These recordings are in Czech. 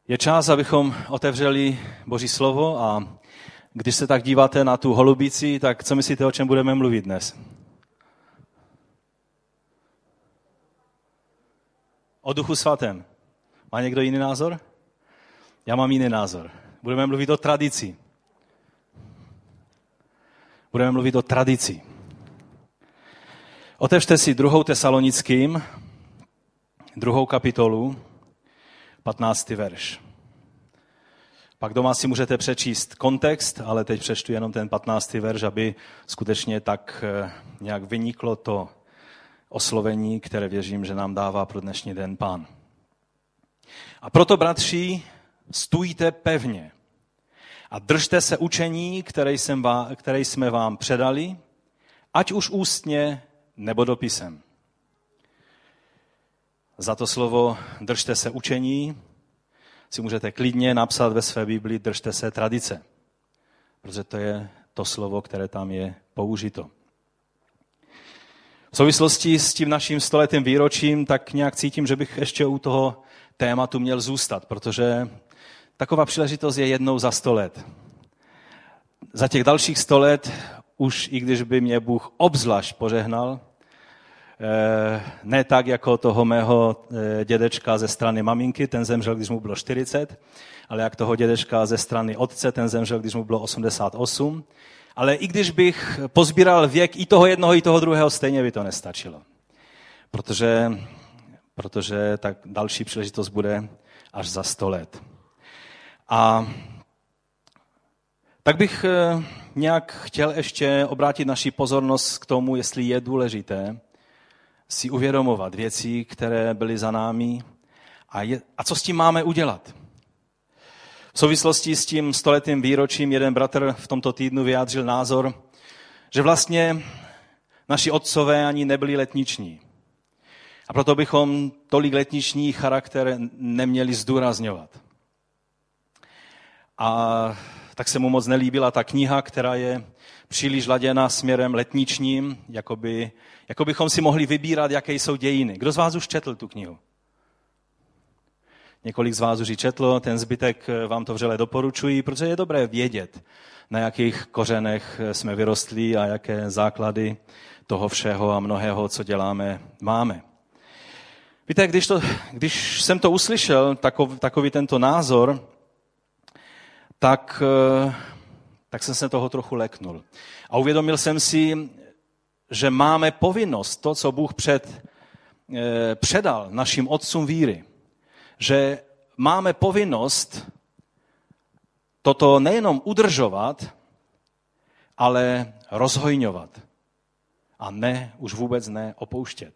Je čas, abychom otevřeli Boží slovo a když se tak díváte na tu holubici, tak co myslíte, o čem budeme mluvit dnes? O Duchu svatém. Má někdo jiný názor? Já mám jiný názor. Budeme mluvit o tradici. Budeme mluvit o tradici. Otevřte si 2. Tesalonickým, 2. kapitolu, 15. verš. Pak doma si můžete přečíst kontext, ale teď přečtu jenom ten 15. verš, aby skutečně tak nějak vyniklo to oslovení, které věřím, že nám dává pro dnešní den Pán. A proto, bratři, stůjte pevně a držte se učení, které jsme vám předali, ať už ústně nebo dopisem. Za to slovo držte se učení si můžete klidně napsat ve své Bibli držte se tradice, protože to je to slovo, které tam je použito. V souvislosti s tím naším 100letým výročím tak nějak cítím, že bych ještě u toho tématu měl zůstat, protože taková příležitost je jednou za 100 let. Za těch dalších 100 let, už i když by mě Bůh obzvlášť požehnal, ne tak jako toho mého dědečka ze strany maminky, ten zemřel, když mu bylo 40, ale jak toho dědečka ze strany otce, ten zemřel, když mu bylo 88. Ale i když bych pozbíral věk i toho jednoho, i toho druhého, stejně by to nestačilo. Protože tak další příležitost bude až za 100 let. A tak bych nějak chtěl ještě obrátit naši pozornost k tomu, jestli je důležité si uvědomovat věci, které byly za námi a co s tím máme udělat. V souvislosti s tím 100letým výročím jeden bratr v tomto týdnu vyjádřil názor, že vlastně naši otcové ani nebyli letniční. A proto bychom tolik letniční charakter neměli zdůrazňovat. A tak se mu moc nelíbila ta kniha, která je příliš laděna směrem letničním, jako bychom si mohli vybírat, jaké jsou dějiny. Kdo z vás už četl tu knihu? Několik z vás už ji četlo, ten zbytek vám to vřele doporučuji, protože je dobré vědět, na jakých kořenech jsme vyrostli a jaké základy toho všeho a mnohého, co děláme, máme. Víte, když jsem to uslyšel, takový tento názor, tak jsem se toho trochu leknul. A uvědomil jsem si, že máme povinnost, to, co Bůh předal našim otcům víry, že máme povinnost toto nejenom udržovat, ale rozhojňovat. A už vůbec ne opouštět.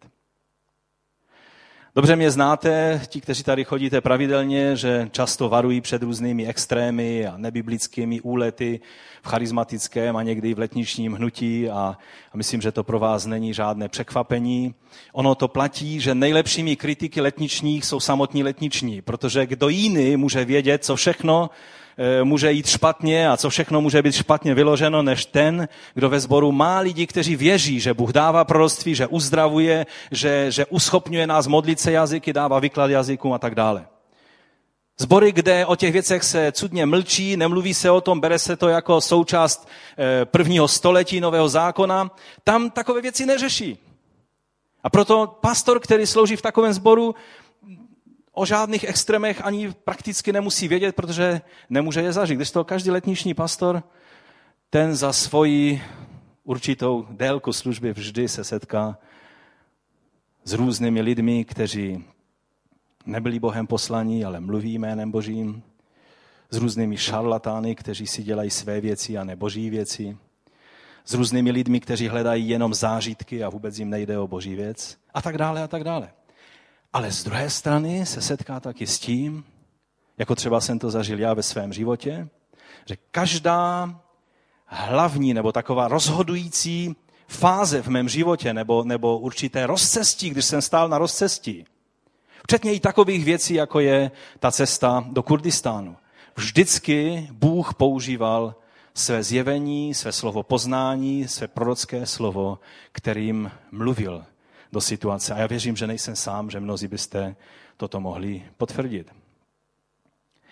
Dobře mě znáte, ti, kteří tady chodíte pravidelně, že často varují před různými extrémy a nebiblickými úlety v charismatickém a někdy v letničním hnutí a myslím, že to pro vás není žádné překvapení. Ono to platí, že nejlepšími kritiky letničních jsou samotní letniční, protože kdo jiný může vědět, co všechno může jít špatně a co všechno může být špatně vyloženo, než ten, kdo ve sboru má lidi, kteří věří, že Bůh dává proroctví, že uzdravuje, že uschopňuje nás modlit se jazyky, dává výklad jazykům a tak dále. Sbory, kde o těch věcech se cudně mlčí, nemluví se o tom, bere se to jako součást prvního století Nového zákona, tam takové věci neřeší. A proto pastor, který slouží v takovém sboru, o žádných extrémech ani prakticky nemusí vědět, protože nemůže je zažít. Když to každý letniční pastor, ten za svoji určitou délku služby vždy se setká s různými lidmi, kteří nebyli Bohem poslaní, ale mluví jménem Božím, s různými šarlatány, kteří si dělají své věci a ne Boží věci, s různými lidmi, kteří hledají jenom zážitky a vůbec jim nejde o Boží věc a tak dále a tak dále. Ale z druhé strany se setká taky s tím, jako třeba jsem to zažil já ve svém životě, že každá hlavní nebo taková rozhodující fáze v mém životě nebo určité rozcestí, když jsem stál na rozcestí, včetně i takových věcí, jako je ta cesta do Kurdistánu. Vždycky Bůh používal své zjevení, své slovo poznání, své prorocké slovo, kterým mluvil do situace. A já věřím, že nejsem sám, že mnozí byste toto mohli potvrdit.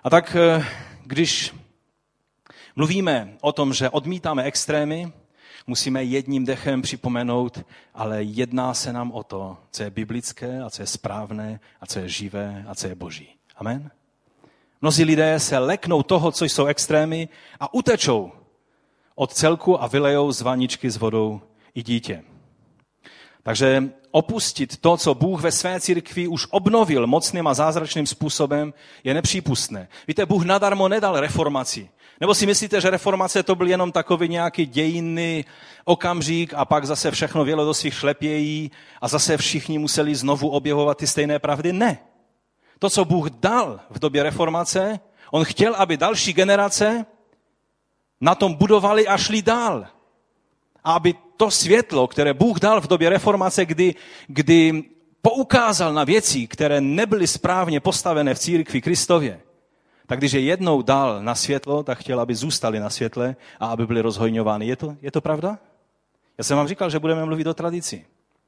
A tak, když mluvíme o tom, že odmítáme extrémy, musíme jedním dechem připomenout, ale jedná se nám o to, co je biblické a co je správné a co je živé a co je boží. Amen? Mnozí lidé se leknou toho, co jsou extrémy a utečou od celku a vylejou z vaničky s vodou i dítě. Takže opustit to, co Bůh ve své církvi už obnovil mocným a zázračným způsobem, je nepřípustné. Víte, Bůh nadarmo nedal reformaci. Nebo si myslíte, že reformace to byl jenom takový nějaký dějinný okamžik a pak zase všechno vělo do svých šlepějí a zase všichni museli znovu objevovat ty stejné pravdy? Ne. To, co Bůh dal v době reformace, on chtěl, aby další generace na tom budovali a šli dál. A aby to světlo, které Bůh dal v době reformace, kdy poukázal na věci, které nebyly správně postavené v církvi Kristově, tak když je jednou dal na světlo, tak chtěl, aby zůstali na světle a aby byly rozhojňovány. Je to pravda? Já jsem vám říkal, že budeme mluvit o tradici.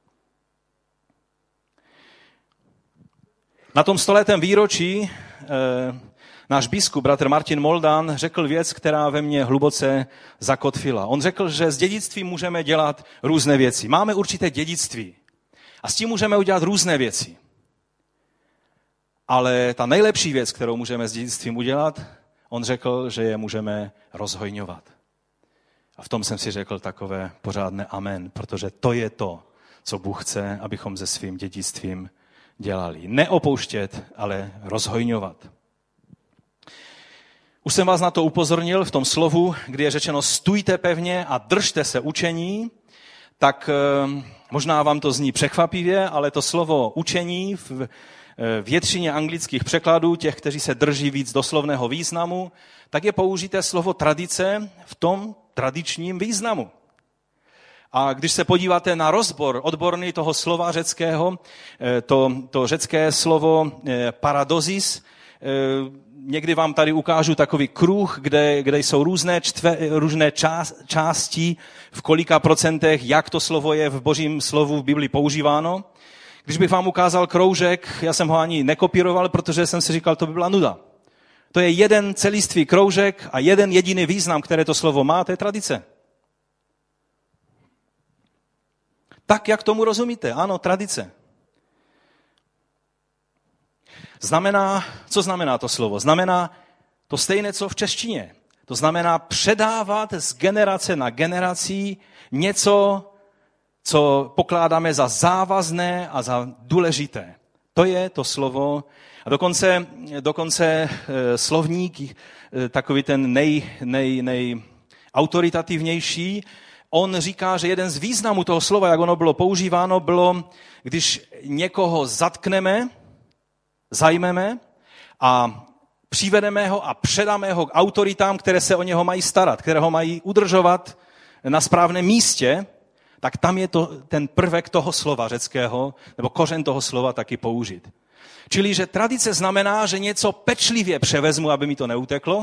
Na tom 100letém výročí náš biskup, bratr Martin Moldan, řekl věc, která ve mně hluboce zakotvila. On řekl, že s dědictvím můžeme dělat různé věci. Máme určité dědictví a s tím můžeme udělat různé věci. Ale ta nejlepší věc, kterou můžeme s dědictvím udělat, on řekl, že je můžeme rozhojňovat. A v tom jsem si řekl takové pořádné amen, protože to je to, co Bůh chce, abychom se svým dědictvím dělali. Neopouštět, ale rozhojňovat. Už jsem vás na to upozornil v tom slovu, kdy je řečeno stůjte pevně a držte se učení, tak možná vám to zní překvapivě, ale to slovo učení v většině anglických překladů, těch, kteří se drží víc doslovného významu, tak je použité slovo tradice v tom tradičním významu. A když se podíváte na rozbor odborný toho slova řeckého, to řecké slovo paradozis, někdy vám tady ukážu takový kruh, kde jsou různé části, v kolika procentech, jak to slovo je v Božím slovu v Biblii používáno. Když bych vám ukázal kroužek, já jsem ho ani nekopíroval, protože jsem si říkal, to by byla nuda. To je jeden celistvý kroužek a jeden jediný význam, které to slovo má, to je tradice. Tak, jak tomu rozumíte? Ano, tradice. Co znamená to slovo? Znamená to stejné, co v češtině. To znamená předávat z generace na generaci něco, co pokládáme za závazné a za důležité. To je to slovo. A dokonce slovník, takový ten nejautoritativnější, on říká, že jeden z významů toho slova, jak ono bylo používáno, bylo, když někoho zatkneme, zajmeme a přivedeme ho a předáme ho k autoritám, které se o něho mají starat, které ho mají udržovat na správném místě, tak tam je to ten prvek toho slova řeckého, nebo kořen toho slova taky použit. Čili, že tradice znamená, že něco pečlivě převezmu, aby mi to neuteklo.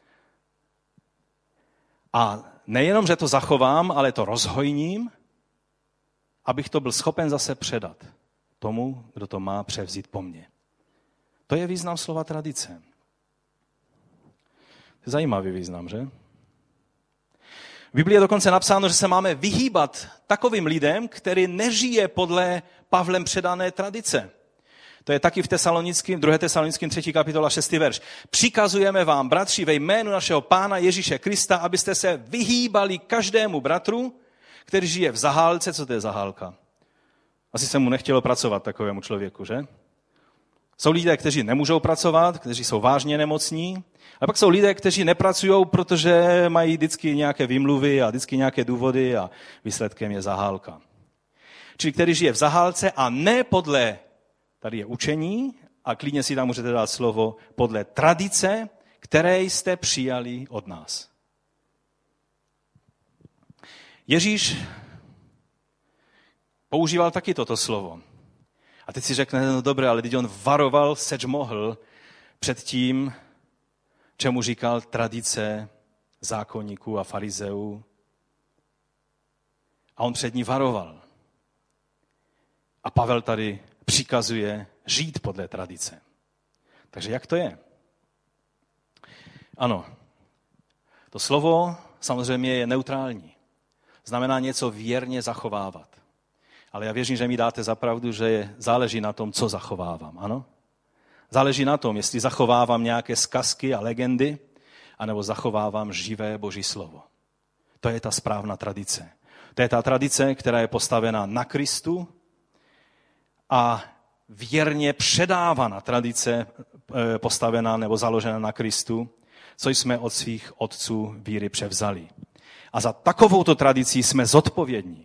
A nejenom, že to zachovám, ale to rozhojním, abych to byl schopen zase předat tomu, kdo to má převzít po mně. To je význam slova tradice. Zajímavý význam, že? V Biblii je dokonce napsáno, že se máme vyhýbat takovým lidem, který nežije podle Pavlem předané tradice. To je taky v 2. Tesalonickým 3. kapitola 6. verš. Přikazujeme vám, bratři, ve jménu našeho Pána Ježíše Krista, abyste se vyhýbali každému bratru, který žije v zahálce. Co to je zahálka? Asi se mu nechtělo pracovat takovému člověku, že? Jsou lidé, kteří nemůžou pracovat, kteří jsou vážně nemocní, a pak jsou lidé, kteří nepracují, protože mají vždycky nějaké výmluvy a vždycky nějaké důvody a výsledkem je zahálka. Čili který žije v zahálce a ne podle, tady je učení a klidně si tam můžete dát slovo, podle tradice, které jste přijali od nás. Ježíš používal taky toto slovo. A teď si řekne, no dobré, ale teď on varoval, seč mohl před tím, čemu říkal tradice zákonníků a farizeů. A on před ní varoval. A Pavel tady přikazuje žít podle tradice. Takže jak to je? Ano, to slovo samozřejmě je neutrální. Znamená něco věrně zachovávat. Ale já věřím, že mi dáte za pravdu, že záleží na tom, co zachovávám. Ano? Záleží na tom, jestli zachovávám nějaké zkazky a legendy, anebo zachovávám živé Boží slovo. To je ta správná tradice. To je ta tradice, která je postavena na Kristu a věrně předávaná tradice postavená nebo založená na Kristu, co jsme od svých otců víry převzali. A za takovouto tradicí jsme zodpovědní.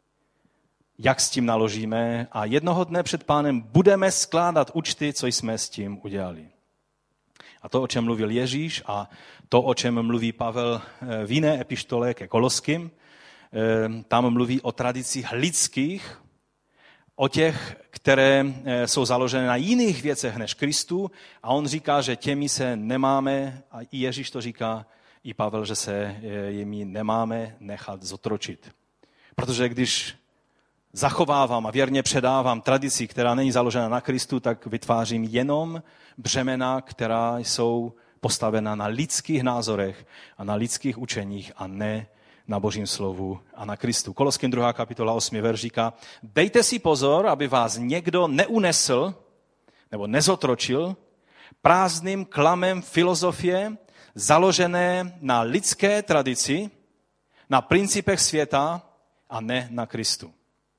Jak s tím naložíme a jednoho dne před Pánem budeme skládat účty, co jsme s tím udělali. A to, o čem mluvil Ježíš a to, o čem mluví Pavel v jiné epištole ke Koloským, tam mluví o tradicích lidských, o těch, které jsou založené na jiných věcech než Kristu a on říká, že těmi se nemáme, a i Ježíš to říká, i Pavel, že se jimi nemáme nechat zotročit. Protože když zachovávám a věrně předávám tradici, která není založena na Kristu, tak vytvářím jenom břemena, která jsou postavena na lidských názorech a na lidských učeních a ne na Božím slovu a na Kristu. Koloským 2. kapitola 8. verš říká, dejte si pozor, aby vás někdo neunesl nebo nezotročil prázdným klamem filozofie, založené na lidské tradici, na principech světa a ne na Kristu.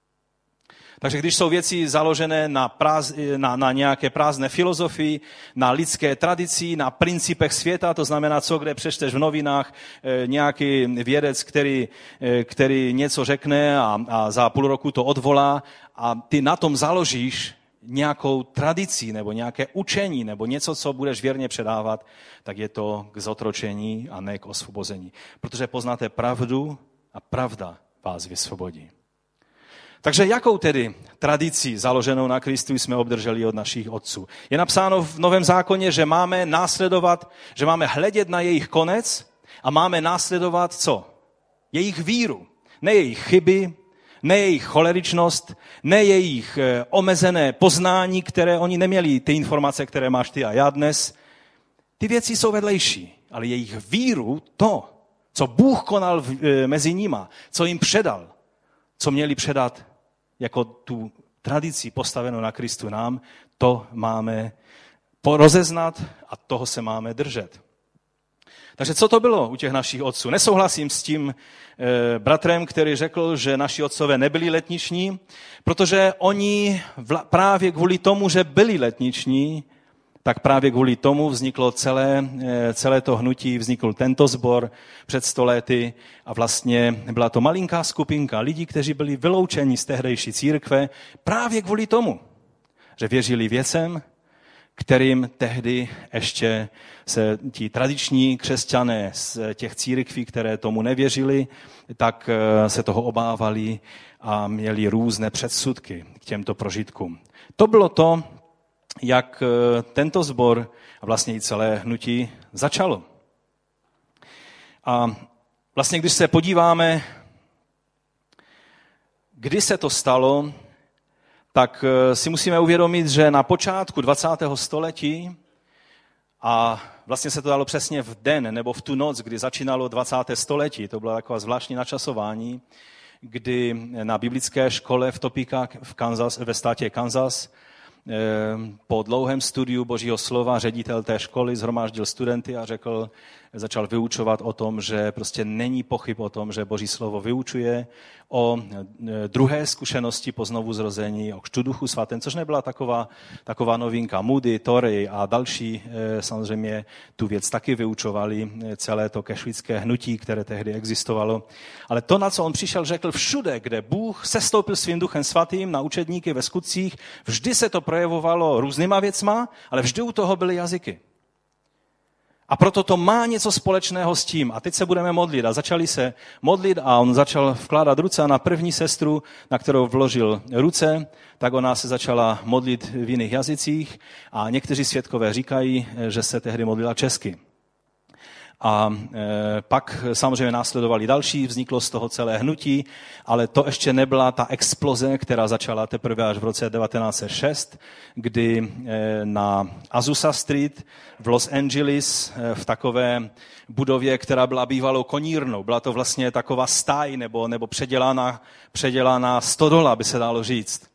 Takže když jsou věci založené na nějaké prázdné filozofii, na lidské tradici, na principech světa, to znamená, co kde přečteš v novinách, nějaký vědec, který něco řekne a za půl roku to odvolá a ty na tom založíš nějakou tradici nebo nějaké učení nebo něco, co budeš věrně předávat, tak je to k zotročení a ne k osvobození. Protože poznáte pravdu a pravda vás vysvobodí. Takže jakou tedy tradici založenou na Kristu jsme obdrželi od našich otců? Je napsáno v Novém zákoně, že máme následovat, že máme hledět na jejich konec a máme následovat co? Jejich víru. Ne jejich chyby, ne jejich choleričnost, ne jejich omezené poznání, které oni neměli, ty informace, které máš ty a já dnes. Ty věci jsou vedlejší, ale jejich víru, to, co Bůh konal mezi nima, co jim předal, co měli předat jako tu tradici postavenou na Kristu nám, to máme rozeznat a toho se máme držet. Takže co to bylo u těch našich otců? Nesouhlasím s tím bratrem, který řekl, že naši otcové nebyli letniční, protože oni právě kvůli tomu, že byli letniční, tak právě kvůli tomu vzniklo celé to hnutí, vznikl tento sbor před 100 lety a vlastně byla to malinká skupinka lidí, kteří byli vyloučeni z tehdejší církve právě kvůli tomu, že věřili věcem, kterým tehdy ještě se ti tradiční křesťané z těch církví, které tomu nevěřili, tak se toho obávali a měli různé předsudky k těmto prožitkům. To bylo to, jak tento sbor a vlastně i celé hnutí začalo. A vlastně, když se podíváme, kdy se to stalo, tak si musíme uvědomit, že na počátku 20. století, a vlastně se to dalo přesně v den nebo v tu noc, kdy začínalo 20. století, to bylo takové zvláštní načasování, kdy na biblické škole v Topeka ve státě Kansas po dlouhém studiu Božího slova ředitel té školy shromáždil studenty a začal vyučovat o tom, že prostě není pochyb o tom, že Boží slovo vyučuje o druhé zkušenosti po znovuzrození, o křtu Duchu svatém, což nebyla taková novinka. Moody, Torrey a další samozřejmě tu věc taky vyučovali, celé to kešvické hnutí, které tehdy existovalo. Ale to, na co on přišel, řekl všude, kde Bůh sestoupil svým Duchem svatým na učedníky ve skutcích, vždy se to projevovalo různýma věcma, ale vždy u toho byly jazyky. A proto to má něco společného s tím. A teď se budeme modlit. A začali se modlit a on začal vkládat ruce a na první sestru, na kterou vložil ruce, tak ona se začala modlit v jiných jazycích a někteří svědkové říkají, že se tehdy modlila česky. A pak samozřejmě následovali další, vzniklo z toho celé hnutí, ale to ještě nebyla ta exploze, která začala teprve až v roce 1906, kdy na Azusa Street v Los Angeles v takové budově, která byla bývalou konírnou, byla to vlastně taková stáj nebo předělaná stodola, by se dalo říct.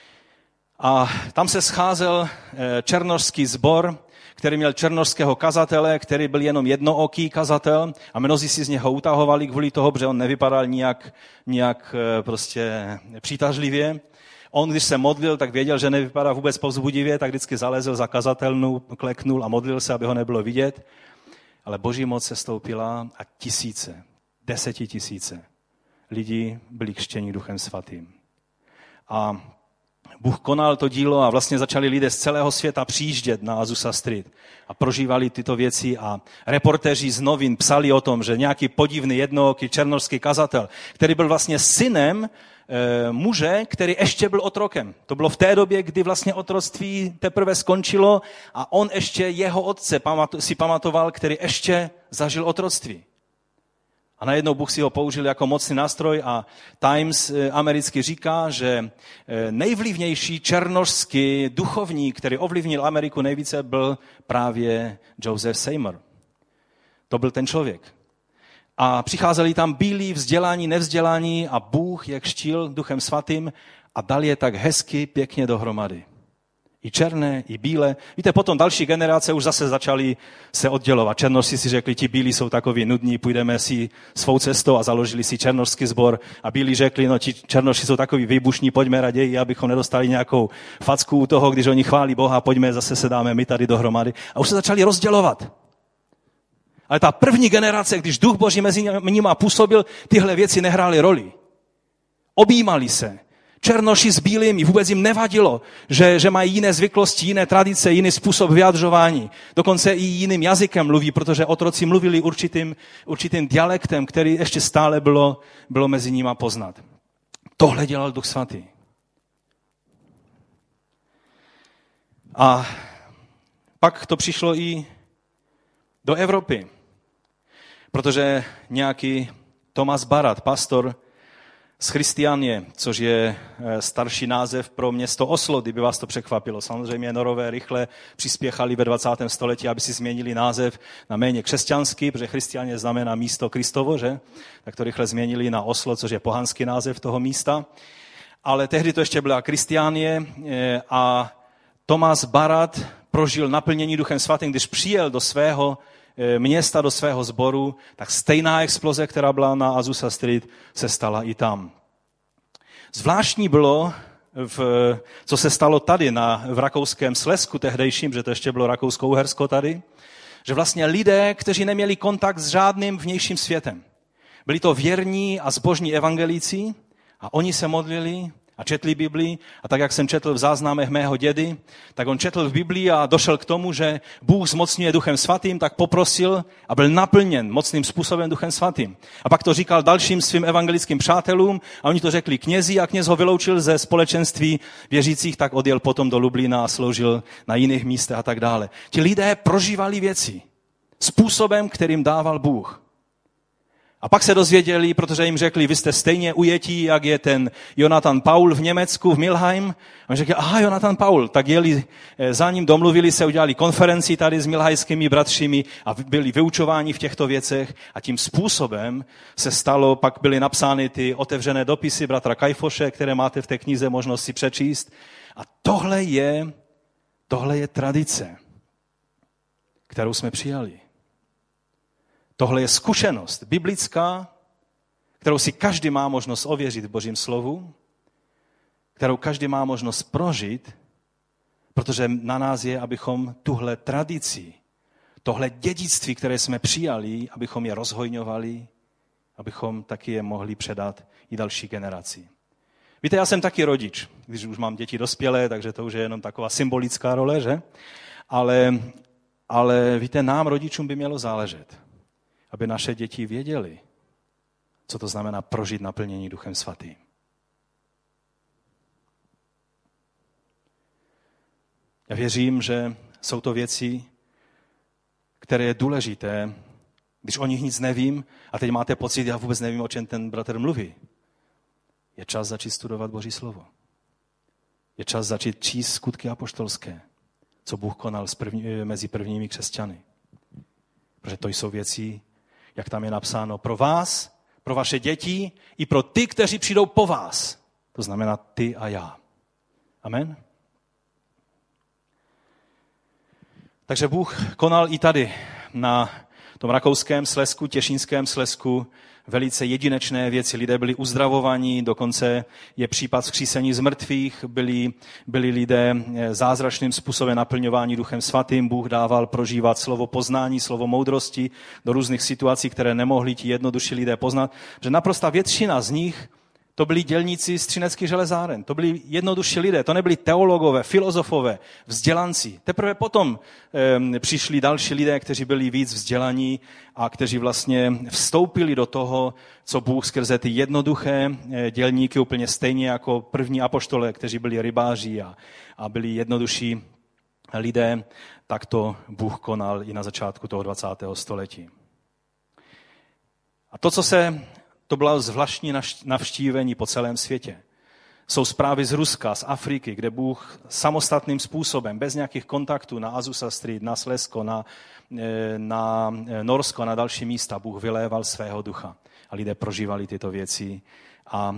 A tam se scházel černošský sbor, který měl černošského kazatele, který byl jenom jednooký kazatel a mnozí si z něho utahovali kvůli toho, protože on nevypadal nijak prostě přitažlivě. On, když se modlil, tak věděl, že nevypadá vůbec povzbudivě, tak vždycky zalezl za kazatelnu, kleknul a modlil se, aby ho nebylo vidět. Ale Boží moc se stoupila a tisíce, 10 000 lidí byli křtěni Duchem Svatým. A Bůh konal to dílo a vlastně začali lidé z celého světa přijíždět na Azusa Street a prožívali tyto věci a reportéři z novin psali o tom, že nějaký podivný jednooký černošský kazatel, který byl vlastně synem muže, který ještě byl otrokem. To bylo v té době, kdy vlastně otroctví teprve skončilo a on ještě jeho otce si pamatoval, který ještě zažil otroctví. A najednou Bůh si ho použil jako mocný nástroj a Times americký říká, že nejvlivnější černošský duchovník, který ovlivnil Ameriku nejvíce, byl právě Joseph Seymour. To byl ten člověk. A přicházeli tam bílí, vzdělání, nevzdělání a Bůh je křtil Duchem Svatým a dal je tak hezky, pěkně dohromady. I černé, i bílé. Víte, potom další generace už zase začaly se oddělovat. Černoši si řekli, ti bílí jsou takový nudní, půjdeme si svou cestou a založili si černošský sbor. A bílí řekli, no ti černoši jsou takový výbušní, pojďme raději, abychom nedostali nějakou facku u toho, když oni chválí Boha, pojďme, zase se dáme my tady dohromady. A už se začali rozdělovat. Ale ta první generace, když Duch Boží mezi nimi působil, tyhle věci nehrály roli. Objímali se. Černoši s bílými, vůbec jim nevadilo, že mají jiné zvyklosti, jiné tradice, jiný způsob vyjadřování. Dokonce i jiným jazykem mluví, protože otroci mluvili určitým dialektem, který ještě stále bylo mezi nimi poznat. Tohle dělal Duch Svatý. A pak to přišlo i do Evropy, protože nějaký Thomas Barat, pastor z Christianie, což je starší název pro město Oslo, kdyby vás to překvapilo. Samozřejmě Norové rychle přispěchali ve 20. století, aby si změnili název na méně křesťanský, protože Christianie znamená místo Kristovo, že? Tak to rychle změnili na Oslo, což je pohanský název toho místa. Ale tehdy to ještě byla Christianie a Thomas Barat prožil naplnění Duchem Svatým, když přijel do svého města, do svého sboru, tak stejná exploze, která byla na Azusa Street, se stala i tam. Zvláštní bylo, co se stalo tady v rakouském Slezsku tehdejším, že to ještě bylo Rakousko-Uhersko tady, že vlastně lidé, kteří neměli kontakt s žádným vnějším světem, byli to věrní a zbožní evangelíci a oni se modlili a četli Biblii a tak, jak jsem četl v záznamech mého dědy, tak on četl v Biblii a došel k tomu, že Bůh zmocňuje Duchem Svatým, tak poprosil a byl naplněn mocným způsobem Duchem Svatým. A pak to říkal dalším svým evangelickým přátelům a oni to řekli knězi a kněz ho vyloučil ze společenství věřících, tak odjel potom do Lublina a sloužil na jiných místech a tak dále. Ti lidé prožívali věci způsobem, kterým dával Bůh. A pak se dozvěděli, protože jim řekli, vy jste stejně ujetí, jak je ten Jonathan Paul v Německu, v Milheim. A oni řekli, aha, Jonathan Paul. Tak jeli za ním, domluvili se, udělali konferenci tady s milhajskými bratřími a byli vyučováni v těchto věcech. A tím způsobem se stalo, pak byly napsány ty otevřené dopisy bratra Kajfoše, které máte v té knize možnost si přečíst. A tohle je tradice, kterou jsme přijali. Tohle je zkušenost biblická, kterou si každý má možnost ověřit v Božím slovu, kterou každý má možnost prožít, protože na nás je, abychom tuhle tradici, tohle dědictví, které jsme přijali, abychom je rozhojňovali, abychom taky je mohli předat i další generaci. Víte, já jsem taky rodič, když už mám děti dospělé, takže to už je jenom taková symbolická role, že? Ale víte, nám rodičům by mělo záležet, aby naše děti věděly, co to znamená prožít naplnění Duchem Svatým. Já věřím, že jsou to věci, které je důležité, Když o nich nic nevím a teď máte pocit, já vůbec nevím, o čem ten bratr mluví. Je čas začít studovat Boží slovo. Je čas začít číst skutky apoštolské, co Bůh konal mezi prvními křesťany. Protože to jsou věci, jak tam je napsáno, pro vás, pro vaše děti i pro ty, kteří přijdou po vás. To znamená ty a já. Amen? Takže Bůh konal i tady na tom rakouském Slezsku, těšínském Slezsku velice jedinečné věci. Lidé byli uzdravovaní, dokonce je případ vzkřísení z mrtvých, byli lidé zázračným způsobem naplňováni Duchem Svatým. Bůh dával prožívat slovo poznání, slovo moudrosti do různých situací, které nemohli ti jednodušší lidé poznat. Že naprosta většina z nich to byli dělníci z Třineckých železáren, to byli jednodušší lidé, to nebyli teologové, filozofové, vzdělanci. Teprve potom přišli další lidé, kteří byli víc vzdělaní a kteří vlastně vstoupili do toho, co Bůh skrze ty jednoduché dělníky, úplně stejně jako první apoštole, kteří byli rybáři a byli jednodušší lidé, tak to Bůh konal i na začátku toho 20. století. A to bylo zvláštní navštívení po celém světě. Jsou zprávy z Ruska, z Afriky, kde Bůh samostatným způsobem, bez nějakých kontaktů na Azusa Street, na Slezsko, na Norsko a na další místa, Bůh vyléval svého ducha. A lidé prožívali tyto věci a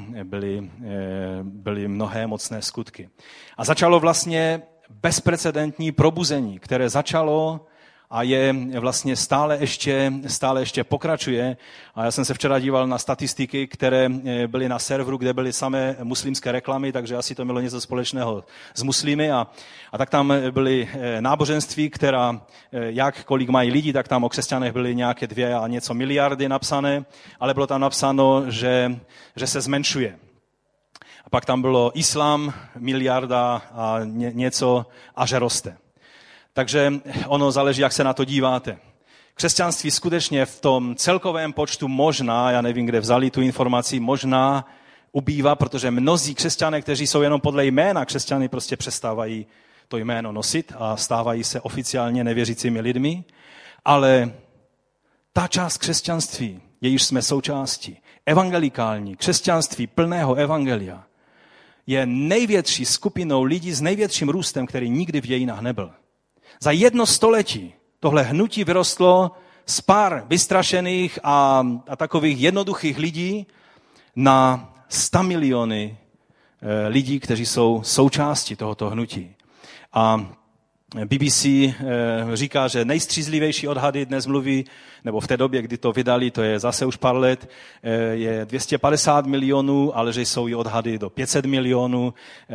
byly mnohé mocné skutky. A začalo vlastně bezprecedentní probuzení, které začalo a je vlastně stále ještě pokračuje. A já jsem se včera díval na statistiky, které byly na serveru, kde byly samé muslimské reklamy, takže asi to mělo něco společného s muslimy. A tak tam byly náboženství, která, kolik mají lidí, tak tam o křesťanech byly nějaké 2 a něco miliardy napsané, ale bylo tam napsáno, že se zmenšuje. A pak tam bylo islám, miliarda a něco a že roste. Takže ono záleží, jak se na to díváte. Křesťanství skutečně v tom celkovém počtu možná, já nevím, kde vzali tu informaci, možná ubývá, protože mnozí křesťané, kteří jsou jenom podle jména křesťany, prostě přestávají to jméno nosit a stávají se oficiálně nevěřícími lidmi. Ale ta část křesťanství, jejíž jsme součástí, evangelikální, křesťanství plného evangelia, je největší skupinou lidí s největším růstem, který nikdy v dějinách nebyl. Za 1 století tohle hnutí vyrostlo z pár vystrašených a takových jednoduchých lidí na 100 miliony lidí, kteří jsou součástí tohoto hnutí. A BBC říká, že nejstřízlivější odhady dnes mluví, nebo v té době, kdy to vydali, to je zase už pár let, je 250 milionů, ale že jsou i odhady do 500 milionů.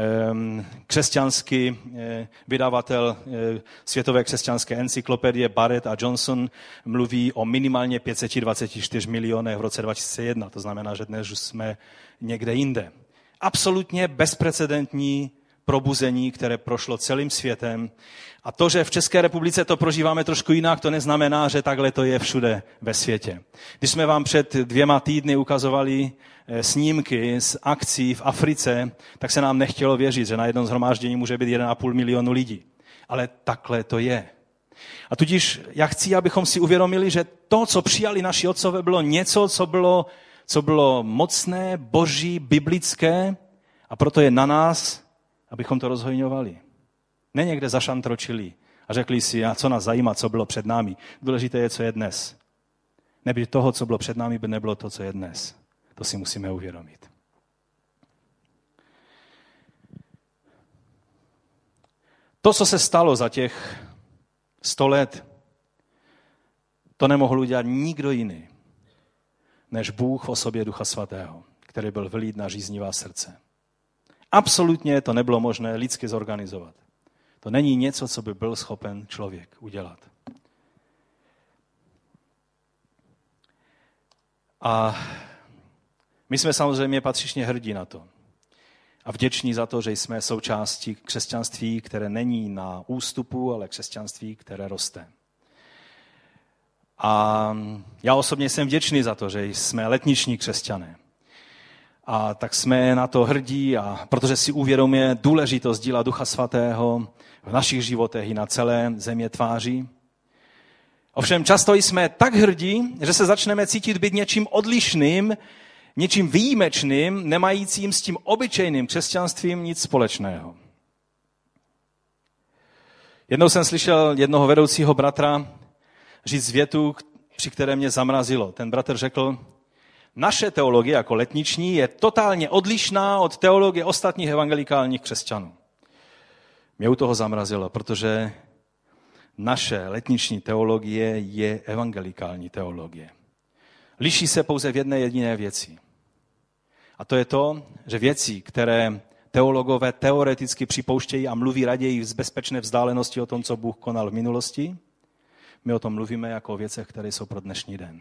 Křesťanský vydavatel Světové křesťanské encyklopedie Barrett a Johnson mluví o minimálně 524 milionech v roce 2001. To znamená, že dnes už jsme někde jinde. Absolutně bezprecedentní probuzení, které prošlo celým světem. A to, že v České republice to prožíváme trošku jinak, to neznamená, že takhle to je všude ve světě. Když jsme vám před 2 týdny ukazovali snímky z akcí v Africe, tak se nám nechtělo věřit, že na jednom shromáždění může být 1,5 milionu lidí. Ale takhle to je. A tudíž já chci, abychom si uvědomili, že to, co přijali naši otcové, bylo něco, co bylo mocné, boží, biblické, a proto je na nás, abychom to rozhojňovali. Ne někde zašantročili a řekli si, a co nás zajímá, co bylo před námi. Důležité je, co je dnes. Neby toho, co bylo před námi, by nebylo to, co je dnes. To si musíme uvědomit. To, co se stalo za těch 100 let, to nemohl udělat nikdo jiný, než Bůh v osobě Ducha Svatého, který byl vylít na žíznivá srdce. Absolutně to nebylo možné lidsky zorganizovat. To není něco, co by byl schopen člověk udělat. A my jsme samozřejmě patřičně hrdí na to. A vděční za to, že jsme součástí křesťanství, které není na ústupu, ale křesťanství, které roste. A já osobně jsem vděčný za to, že jsme letniční křesťané. A tak jsme na to hrdí, a protože si uvědomuje důležitost díla Ducha Svatého v našich životech i na celé země tváří. Ovšem často jsme tak hrdí, že se začneme cítit být něčím odlišným, něčím výjimečným, nemajícím s tím obyčejným křesťanstvím nic společného. Jednou jsem slyšel jednoho vedoucího bratra říct větu, při které mě zamrazilo. Ten bratr řekl, naše teologie jako letniční je totálně odlišná od teologie ostatních evangelikálních křesťanů. Mě u toho zamrazilo, protože naše letniční teologie je evangelikální teologie. Liší se pouze v jedné jediné věci. A to je to, že věci, které teologové teoreticky připouštějí a mluví raději z bezpečné vzdálenosti o tom, co Bůh konal v minulosti, my o tom mluvíme jako o věcech, které jsou pro dnešní den.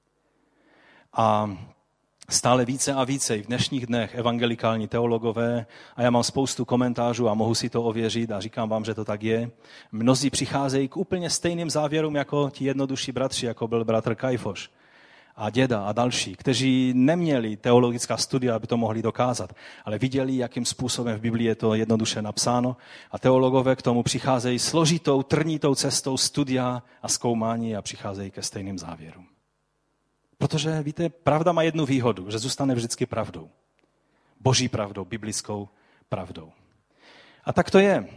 A stále více a více i v dnešních dnech evangelikální teologové, a já mám spoustu komentářů a mohu si to ověřit a říkám vám, že to tak je, mnozí přicházejí k úplně stejným závěrům jako ti jednodušší bratři, jako byl bratr Kajfoš a děda a další, kteří neměli teologická studia, aby to mohli dokázat, ale viděli, jakým způsobem v Biblii je to jednoduše napsáno a teologové k tomu přicházejí složitou, trnitou cestou studia a zkoumání a přicházejí ke stejným závěrům. Protože, víte, pravda má jednu výhodu, že zůstane vždycky pravdou. Boží pravdou, biblickou pravdou. A tak to je.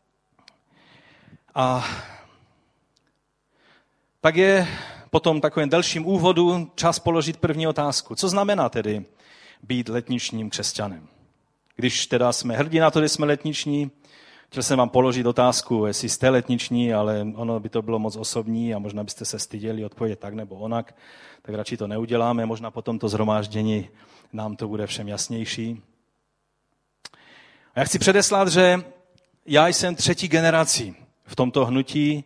A tak je potom takovým delším úvodu čas položit první otázku. Co znamená tedy být letničním křesťanem? Když teda jsme hrdí na to, že jsme letniční, chtěl jsem vám položit otázku, jestli jste letniční, ale ono by to bylo moc osobní a možná byste se styděli odpovědět tak nebo onak, tak radši to neuděláme, možná po tomto shromáždění nám to bude všem jasnější. A já chci předeslat, že já jsem 3. generací v tomto hnutí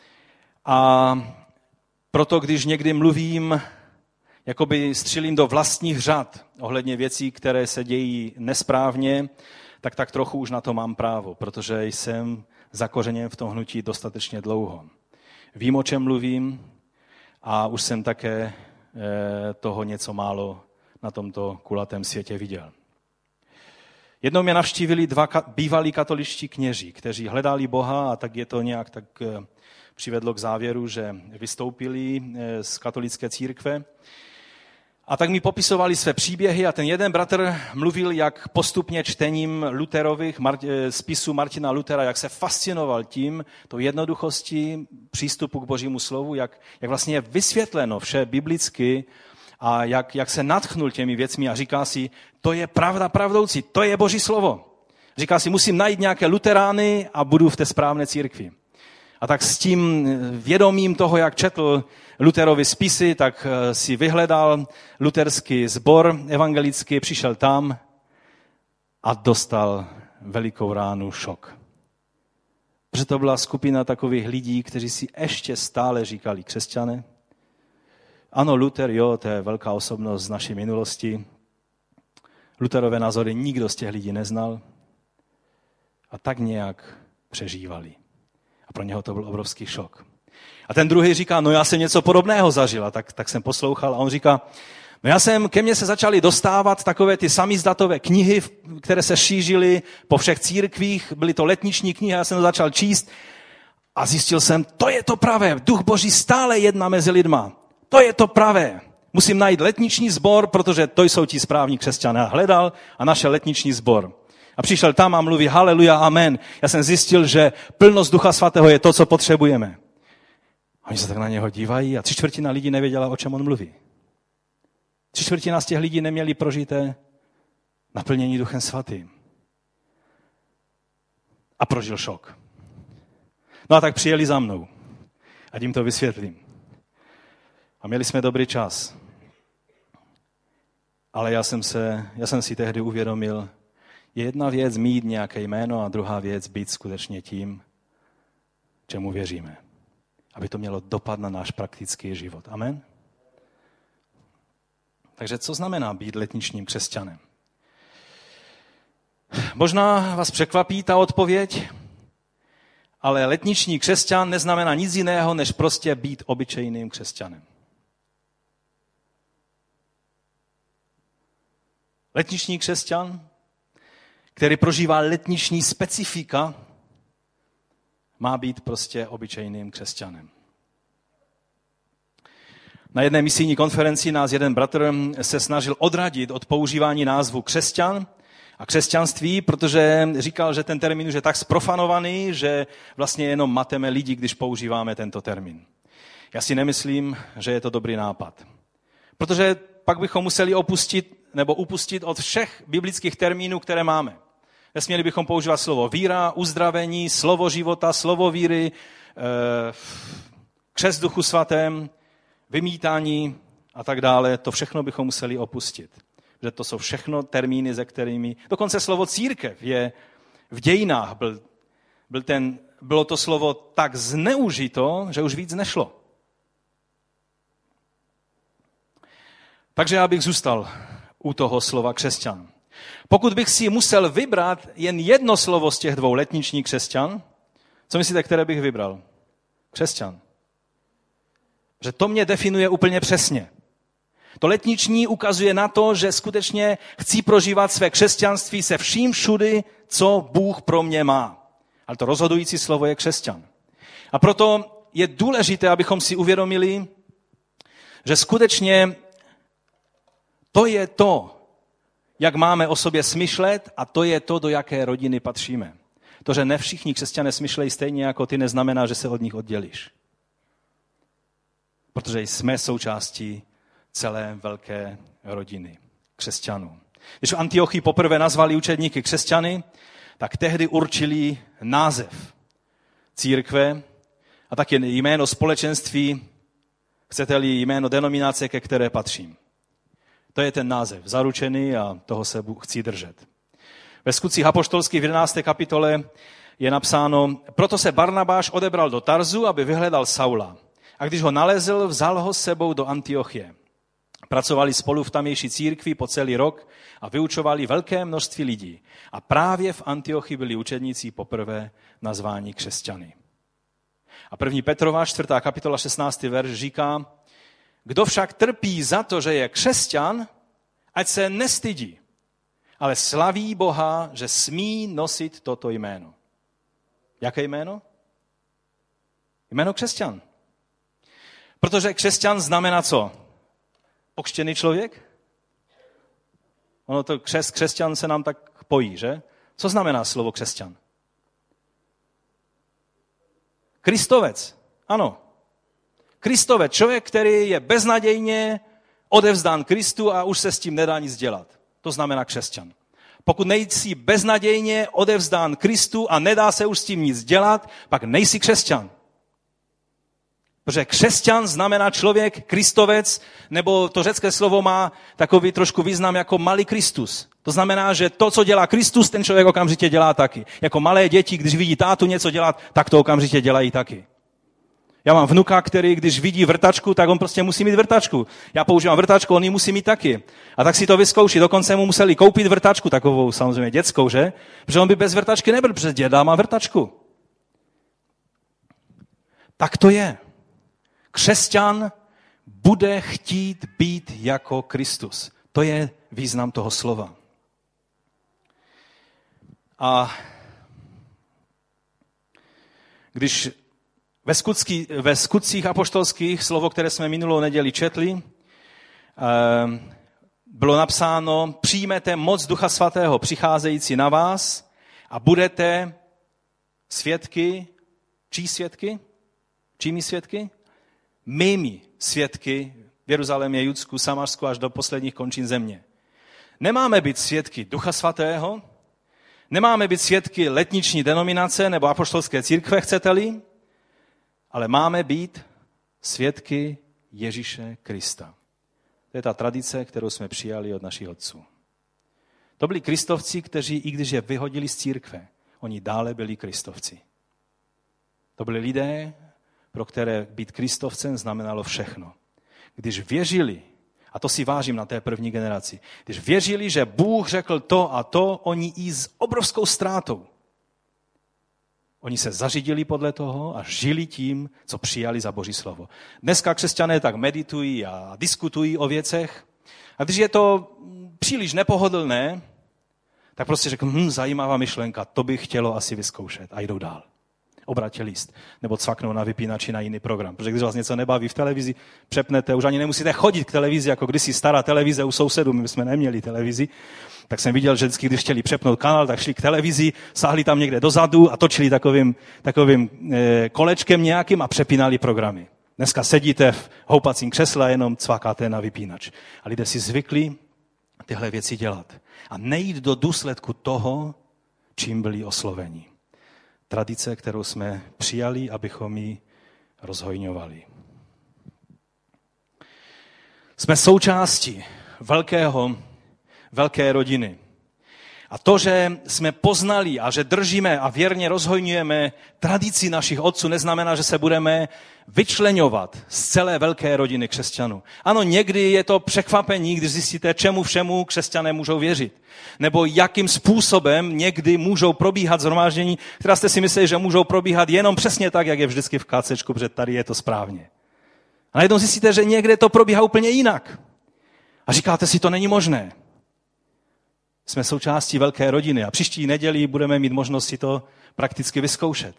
a proto, když někdy mluvím, jakoby střílím do vlastních řad ohledně věcí, které se dějí nesprávně, tak trochu už na to mám právo, protože jsem zakořeněn v tom hnutí dostatečně dlouho. Vím, o čem mluvím a už jsem také toho něco málo na tomto kulatém světě viděl. Jednou mě navštívili 2 bývalí katoličtí kněží, kteří hledali Boha a tak je to nějak tak přivedlo k závěru, že vystoupili z katolické církve. A tak mi popisovali své příběhy a ten jeden bratr mluvil, jak postupně čtením Luterových spisů Martina Lutera, jak se fascinoval tím, tou jednoduchostí přístupu k Božímu slovu, jak vlastně je vysvětleno vše biblicky a jak se nadchnul těmi věcmi a říká si, to je pravda pravdoucí, to je Boží slovo. Říká si, musím najít nějaké luterány a budu v té správné církvi. A tak s tím vědomím toho, jak četl Luterovy spisy, tak si vyhledal luterský sbor evangelický, přišel tam a dostal velikou ránu, šok. Protože to byla skupina takových lidí, kteří si ještě stále říkali křesťané. Ano, Luther, jo, to je velká osobnost z naší minulosti. Luterové názory nikdo z těch lidí neznal a tak nějak přežívali. A pro něho to byl obrovský šok. A ten druhý říká, no já jsem něco podobného zažil. A tak jsem poslouchal a on říká, no ke mně se začaly dostávat takové ty samizdatové knihy, které se šířily po všech církvích, byly to letniční knihy, já jsem to začal číst a zjistil jsem, to je to pravé, Duch Boží stále jedná mezi lidma, to je to pravé. Musím najít letniční sbor, protože to jsou ti správní křesťané. A hledal a našel letniční sbor. A přišel tam a mluví haleluja, amen. Já jsem zjistil, že plnost Ducha Svatého je to, co potřebujeme. A oni se tak na něho dívají a 3/4 lidí nevěděla, o čem on mluví. 3/4 z těch lidí neměli prožité naplnění Duchem Svatým. A prožil šok. No a tak přijeli za mnou. A jim to vysvětlím. A měli jsme dobrý čas. Ale já jsem si tehdy uvědomil, je jedna věc mít nějaké jméno a druhá věc být skutečně tím, čemu věříme. Aby to mělo dopad na náš praktický život. Amen? Takže co znamená být letničním křesťanem? Možná vás překvapí ta odpověď, ale letniční křesťan neznamená nic jiného, než prostě být obyčejným křesťanem. Letniční křesťan, který prožívá letniční specifika, má být prostě obyčejným křesťanem. Na jedné misijní konferenci nás jeden bratr se snažil odradit od používání názvu křesťan a křesťanství, protože říkal, že ten termín už je tak sprofanovaný, že vlastně jenom mateme lidi, když používáme tento termín. Já si nemyslím, že je to dobrý nápad. Protože pak bychom museli upustit od všech biblických termínů, které máme. Nesměli bychom používat slovo víra, uzdravení, slovo života, slovo víry, křest Duchu Svatém, vymítání a tak dále. To všechno bychom museli opustit. Že to jsou všechno termíny, ze kterými... Dokonce slovo církev je v dějinách. Bylo to slovo tak zneužito, že už víc nešlo. Takže já bych zůstal u toho slova křesťan. Pokud bych si musel vybrat jen jedno slovo z těch dvou, letniční křesťan, co myslíte, které bych vybral? Křesťan. Že to mě definuje úplně přesně. To letniční ukazuje na to, že skutečně chci prožívat své křesťanství se vším všudy, co Bůh pro mě má. Ale to rozhodující slovo je křesťan. A proto je důležité, abychom si uvědomili, že skutečně to je to, jak máme o sobě smýšlet, a to je to, do jaké rodiny patříme. To, že ne všichni křesťané smýšlejí stejně jako ty, neznamená, že se od nich oddělíš. Protože jsme součástí celé velké rodiny křesťanů. Když v Antiochii poprvé nazvali učedníky křesťany, tak tehdy určili název církve a také jméno společenství, chcete-li jméno denominace, ke které patřím. To je ten název, zaručený, a toho se chci držet. Ve Skutcích apoštolských v 11. kapitole je napsáno: proto se Barnabáš odebral do Tarzu, aby vyhledal Saula. A když ho nalezl, vzal ho s sebou do Antiochie. Pracovali spolu v tamější církvi po celý rok a vyučovali velké množství lidí. A právě v Antiochii byli učedníci poprvé nazváni křesťany. A 1. Petrova, 4. kapitola, 16. verš říká: kdo však trpí za to, že je křesťan, ať se nestydí, ale slaví Boha, že smí nosit toto jméno. Jaké jméno? Jméno křesťan. Protože křesťan znamená co? Pokřtěný člověk? Ono to křesťan se nám tak pojí, že? Co znamená slovo křesťan? Kristovec. Ano. Kristovec, člověk, který je beznadějně odevzdán Kristu a už se s tím nedá nic dělat. To znamená křesťan. Pokud nejsi beznadějně odevzdán Kristu a nedá se už s tím nic dělat, pak nejsi křesťan. Protože křesťan znamená člověk, Kristovec, nebo to řecké slovo má takový trošku význam jako malý Kristus. To znamená, že to, co dělá Kristus, ten člověk okamžitě dělá taky. Jako malé děti, když vidí tátu něco dělat, tak to okamžitě dělají taky. Já mám vnuka, který když vidí vrtačku, tak on prostě musí mít vrtačku. Já používám vrtačku, on ji musí mít taky. A tak si to vyzkouší. Dokonce mu museli koupit vrtačku, takovou samozřejmě dětskou, že? Protože on by bez vrtačky nebyl, protože děda má vrtačku. Tak to je. Křesťan bude chtít být jako Kristus. To je význam toho slova. A když ve skutcích apoštolských, slovo, které jsme minulou neděli četli, bylo napsáno: přijmete moc Ducha Svatého přicházející na vás a budete svědky. Čí svědky? Čími svědky? Mými svědky v Jeruzalémě, Judsku, Samarsku až do posledních končin země. Nemáme být svědky Ducha Svatého, nemáme být svědky letniční denominace nebo apoštolské církve, chcete-li, ale máme být svědky Ježíše Krista. To je ta tradice, kterou jsme přijali od našich otců. To byli kristovci, kteří, i když je vyhodili z církve, oni dále byli kristovci. To byli lidé, pro které být kristovcem znamenalo všechno. Když věřili, a to si vážím na té první generaci, když věřili, že Bůh řekl to a to, oni i s obrovskou ztrátou. Oni se zařídili podle toho a žili tím, co přijali za Boží slovo. Dneska křesťané tak meditují a diskutují o věcech. A když je to příliš nepohodlné, tak prostě řekl, zajímavá myšlenka, to bych chtělo asi vyzkoušet. A jdou dál. obratě list, nebo cvaknou na vypínači na jiný program. Protože když vás něco nebaví v televizi, přepnete, už ani nemusíte chodit k televizi, jako kdysi stará televize u sousedů, my jsme neměli televizi, tak jsem viděl, že vždycky, když chtěli přepnout kanál, tak šli k televizi, sáhli tam někde dozadu a točili takovým kolečkem nějakým a přepínali programy. Dneska sedíte v houpacím křesle a jenom cvakáte na vypínač. A lidé si zvykli tyhle věci dělat. A nejít do důsledku toho, čím byli osloveni. Tradice, kterou jsme přijali, abychom ji rozhojňovali. Jsme součástí velké rodiny. A to, že jsme poznali a že držíme a věrně rozhojňujeme tradici našich otců, neznamená, že se budeme vyčleňovat z celé velké rodiny křesťanů. Ano, někdy je to překvapení, když zjistíte, čemu všemu křesťané můžou věřit. Nebo jakým způsobem někdy můžou probíhat shromáždění, která jste si mysleli, že můžou probíhat jenom přesně tak, jak je vždycky v kácečku, protože tady je to správně. A najednou zjistíte, že někde to probíhá úplně jinak. A říkáte si, to není možné. Jsme součástí velké rodiny a příští neděli budeme mít možnost si to prakticky vyzkoušet.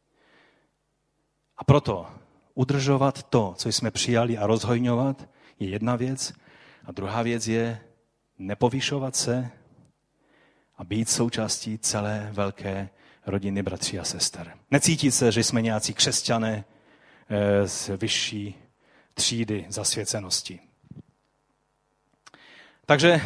A proto udržovat to, co jsme přijali a rozhojňovat, je jedna věc. A druhá věc je nepovyšovat se a být součástí celé velké rodiny bratří a sester. Necítit se, že jsme nějací křesťané z vyšší třídy zasvěcenosti. Takže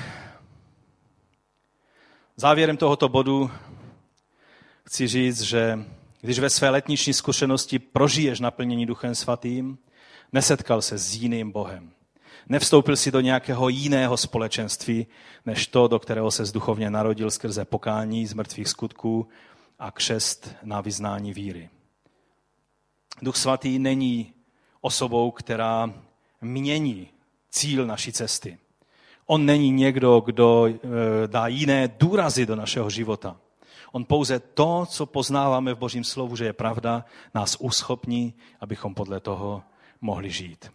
závěrem tohoto bodu chci říct, že když ve své letniční zkušenosti prožiješ naplnění Duchem Svatým, nesetkal se s jiným Bohem. Nevstoupil si do nějakého jiného společenství, než to, do kterého se duchovně narodil skrze pokání z mrtvých skutků a křest na vyznání víry. Duch Svatý není osobou, která mění cíl naší cesty. On není někdo, kdo dá jiné důrazy do našeho života. On pouze to, co poznáváme v Božím slovu, že je pravda, nás uschopní, abychom podle toho mohli žít.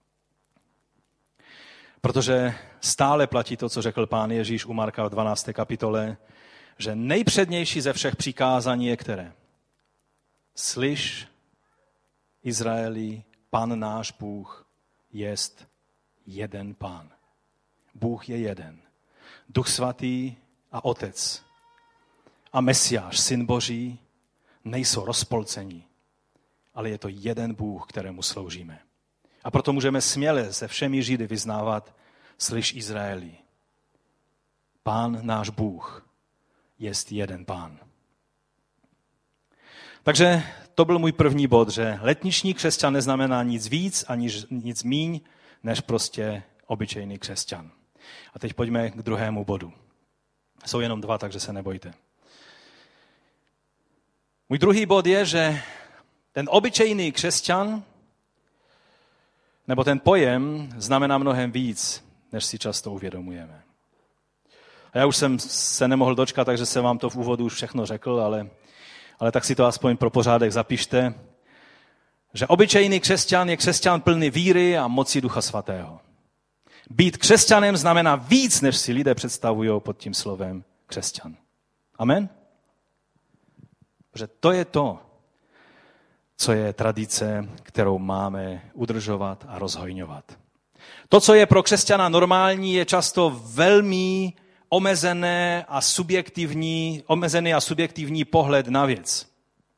Protože stále platí to, co řekl Pán Ježíš u Marka v 12. kapitole, že nejpřednější ze všech přikázání je které? Slyš, Izraeli, Pán náš Bůh jest jeden Pán. Bůh je jeden. Duch Svatý a Otec a Mesiáš, Syn Boží, nejsou rozpolcení, ale je to jeden Bůh, kterému sloužíme. A proto můžeme směle se všemi Židy vyznávat, slyš Izraeli, Pán náš Bůh jest jeden Pán. Takže to byl můj první bod, že letniční křesťan neznamená nic víc ani nic míň, než prostě obyčejný křesťan. A teď pojďme k druhému bodu. Jsou jenom dva, takže se nebojte. Můj druhý bod je, že ten obyčejný křesťan, nebo ten pojem, znamená mnohem víc, než si často uvědomujeme. A já už jsem se nemohl dočkat, takže jsem vám to v úvodu už všechno řekl, ale tak si to aspoň pro pořádek zapište, že obyčejný křesťan je křesťan plný víry a moci Ducha Svatého. Být křesťanem znamená víc, než si lidé představují pod tím slovem křesťan. Amen? Protože to je to, co je tradice, kterou máme udržovat a rozhojňovat. To, co je pro křesťana normální, je často velmi omezený a subjektivní pohled na věc.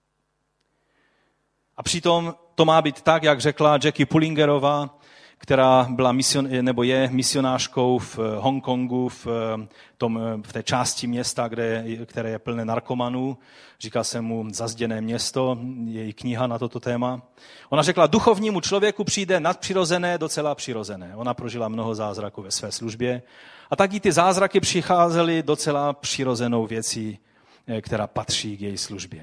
A přitom to má být tak, jak řekla Jackie Pullingerová, která byla je misionářkou v Hongkongu, v té části města, které je plné narkomanů. Říká se mu Zazděné město, její kniha na toto téma. Ona řekla, duchovnímu člověku přijde nadpřirozené docela přirozené. Ona prožila mnoho zázraků ve své službě a tak jí ty zázraky přicházely docela přirozenou věcí, která patří k její službě.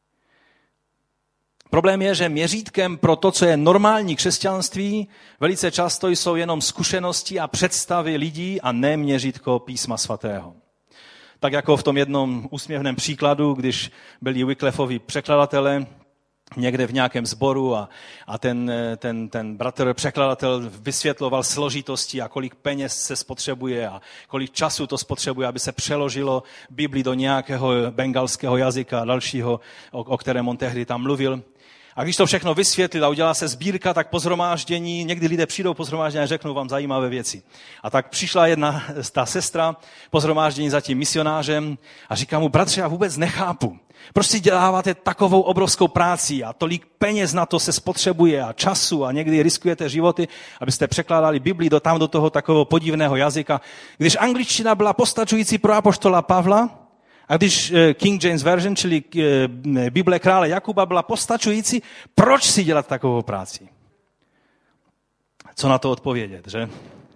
Problém je, že měřítkem pro to, co je normální křesťanství, velice často jsou jenom zkušenosti a představy lidí a ne měřítko Písma svatého. Tak jako v tom jednom úsměvném příkladu, když byli Wycliffovi překladatelé někde v nějakém sboru a ten bratr překladatel vysvětloval složitosti a kolik peněz se spotřebuje a kolik času to spotřebuje, aby se přeložilo Bibli do nějakého bengalského jazyka dalšího, o kterém on tehdy tam mluvil. A když to všechno vysvětlil a udělá se sbírka, tak po shromáždění, někdy lidé přijdou po shromáždění a řeknou vám zajímavé věci. A tak přišla jedna ta sestra po shromáždění za tím misionářem a říká mu: bratře, já vůbec nechápu, proč si děláváte takovou obrovskou práci a tolik peněz na to se spotřebuje a času a někdy riskujete životy, abyste překládali Bibli do toho takového podivného jazyka. Když angličtina byla postačující pro apoštola Pavla, a když King James Version, čili Bible krále Jakuba, byla postačující, proč si dělat takovou práci? Co na to odpovědět, že?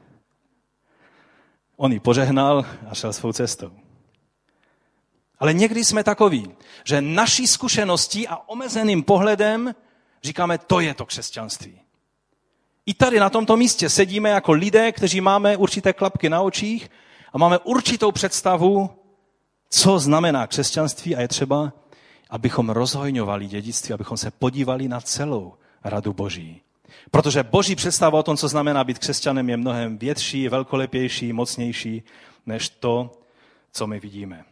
On ji požehnal a šel svou cestou. Ale někdy jsme takoví, že naší zkušeností a omezeným pohledem říkáme, to je to křesťanství. I tady na tomto místě sedíme jako lidé, kteří máme určité klapky na očích a máme určitou představu, co znamená křesťanství, a je třeba, abychom rozhojňovali dědictví, abychom se podívali na celou radu Boží. Protože Boží představa o tom, co znamená být křesťanem, je mnohem větší, velkolepější, mocnější, než to, co my vidíme.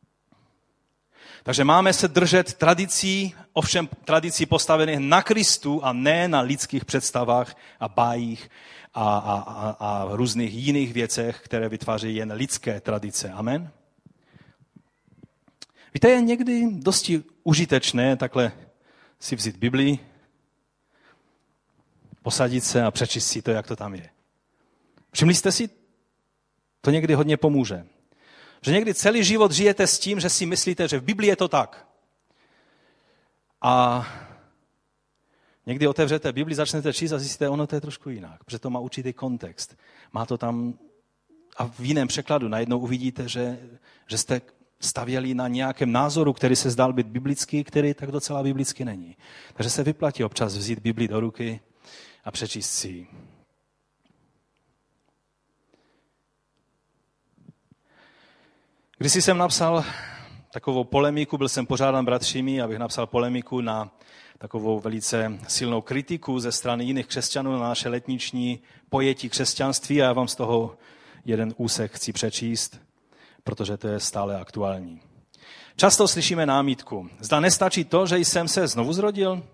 Takže máme se držet tradicí, ovšem tradicí postavených na Kristu a ne na lidských představách a bájích a různých jiných věcech, které vytváří jen lidské tradice. Amen? Víte, je někdy dosti užitečné takhle si vzít Biblii, posadit se a přečíst si to, jak to tam je. Všimli jste si, to někdy hodně pomůže. Že někdy celý život žijete s tím, že si myslíte, že v Biblii je to tak. A někdy otevřete Bibli, začnete číst a zjistíte, ono to je trošku jinak, protože to má určitý kontext. Má to tam a v jiném překladu najednou uvidíte, že jste stavěli na nějakém názoru, který se zdál být biblický, který tak docela biblický není. Takže se vyplatí občas vzít Bibli do ruky a přečíst si ji. Když jsem napsal takovou polemiku, byl jsem požádán bratřími, abych napsal polemiku na takovou velice silnou kritiku ze strany jiných křesťanů na naše letniční pojetí křesťanství a já vám z toho jeden úsek chci přečíst, protože to je stále aktuální. Často slyšíme námitku. Zda nestačí to, že jsem se znovu zrodil?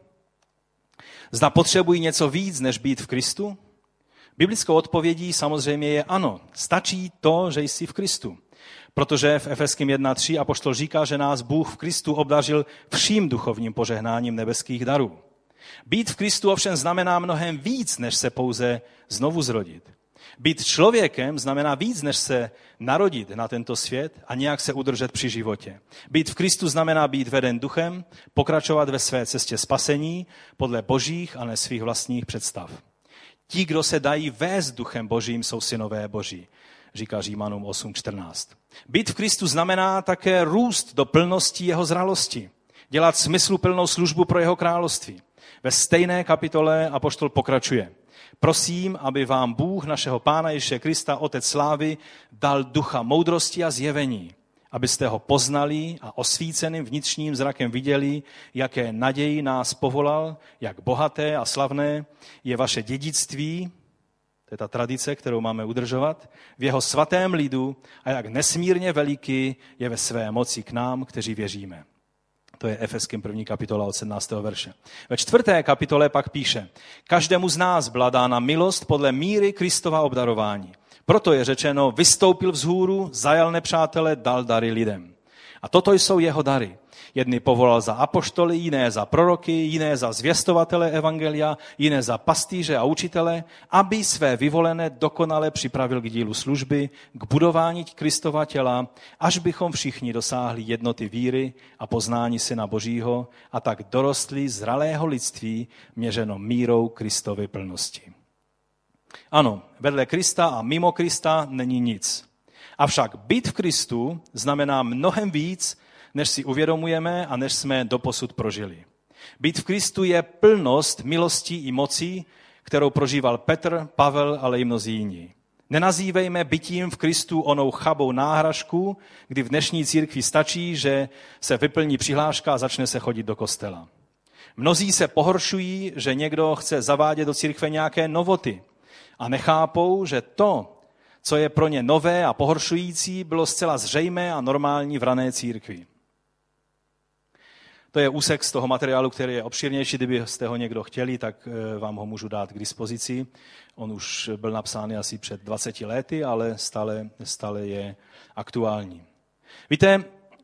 Zda potřebuji něco víc, než být v Kristu? Biblickou odpovědí samozřejmě je ano. Stačí to, že jsi v Kristu. Protože v Efeským 1.3 apoštol říká, že nás Bůh v Kristu obdařil vším duchovním požehnáním nebeských darů. Být v Kristu ovšem znamená mnohem víc, než se pouze znovu zrodit. Být člověkem znamená víc, než se narodit na tento svět a nějak se udržet při životě. Být v Kristu znamená být veden duchem, pokračovat ve své cestě spasení podle božích a ne svých vlastních představ. Ti, kdo se dají vést duchem božím, jsou synové boží, říká Římanům 8.14. Být v Kristu znamená také růst do plnosti jeho zralosti, dělat smysluplnou službu pro jeho království. Ve stejné kapitole apoštol pokračuje. Prosím, aby vám Bůh, našeho Pána Ježíše Krista, Otec slávy, dal ducha moudrosti a zjevení, abyste ho poznali a osvíceným vnitřním zrakem viděli, jaké naději nás povolal, jak bohaté a slavné je vaše dědictví, to je ta tradice, kterou máme udržovat, v jeho svatém lidu a jak nesmírně veliký je ve své moci k nám, kteří věříme. To je Efeským 1. kapitola od 17. verše. Ve 4. kapitole pak píše, každému z nás byla dána milost podle míry Kristova obdarování. Proto je řečeno, vystoupil vzhůru, zajal nepřátele, dal dary lidem. A toto jsou jeho dary. Jedny povolal za apoštoly, jiné za proroky, jiné za zvěstovatele evangelia, jiné za pastýře a učitele, aby své vyvolené dokonale připravil k dílu služby, k budování Kristova těla, až bychom všichni dosáhli jednoty víry a poznání Syna Božího a tak dorostli zralého lidství měřeno mírou Kristovy plnosti. Ano, vedle Krista a mimo Krista není nic. Avšak být v Kristu znamená mnohem víc, než si uvědomujeme a než jsme doposud prožili. Být v Kristu je plnost milostí i mocí, kterou prožíval Petr, Pavel, ale i mnozí jiní. Nenazývejme bytím v Kristu onou chabou náhražku, kdy v dnešní církvi stačí, že se vyplní přihláška a začne se chodit do kostela. Mnozí se pohoršují, že někdo chce zavádět do církve nějaké novoty a nechápou, že to, co je pro ně nové a pohoršující, bylo zcela zřejmé a normální v rané církvi. To je úsek z toho materiálu, který je obšírnější. Kdybyste ho někdo chtěli, tak vám ho můžu dát k dispozici. On už byl napsán asi před 20 lety, ale stále je aktuální. Víte,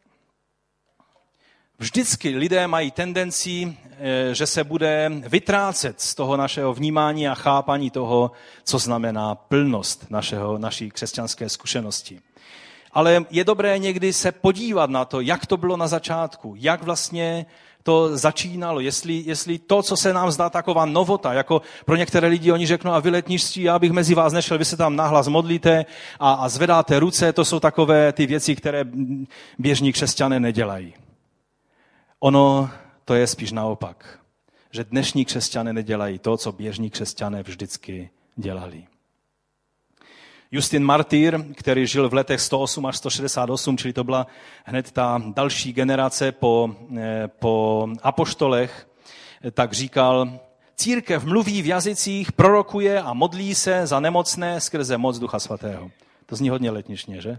vždycky lidé mají tendenci, že se bude vytrácet z toho našeho vnímání a chápání toho, co znamená plnost naší křesťanské zkušenosti. Ale je dobré někdy se podívat na to, jak to bylo na začátku, jak vlastně to začínalo, jestli to, co se nám zdá taková novota, jako pro některé lidi oni řeknou, a vy letnictví, já bych mezi vás nešel, vy se tam nahlas modlíte a zvedáte ruce, to jsou takové ty věci, které běžní křesťané nedělají. Ono to je spíš naopak, že dnešní křesťané nedělají to, co běžní křesťané vždycky dělali. Justin Martyr, který žil v letech 108 až 168, čili to byla hned ta další generace po apoštolech, tak říkal, církev mluví v jazycích, prorokuje a modlí se za nemocné skrze moc Ducha Svatého. To zní hodně letničně, že?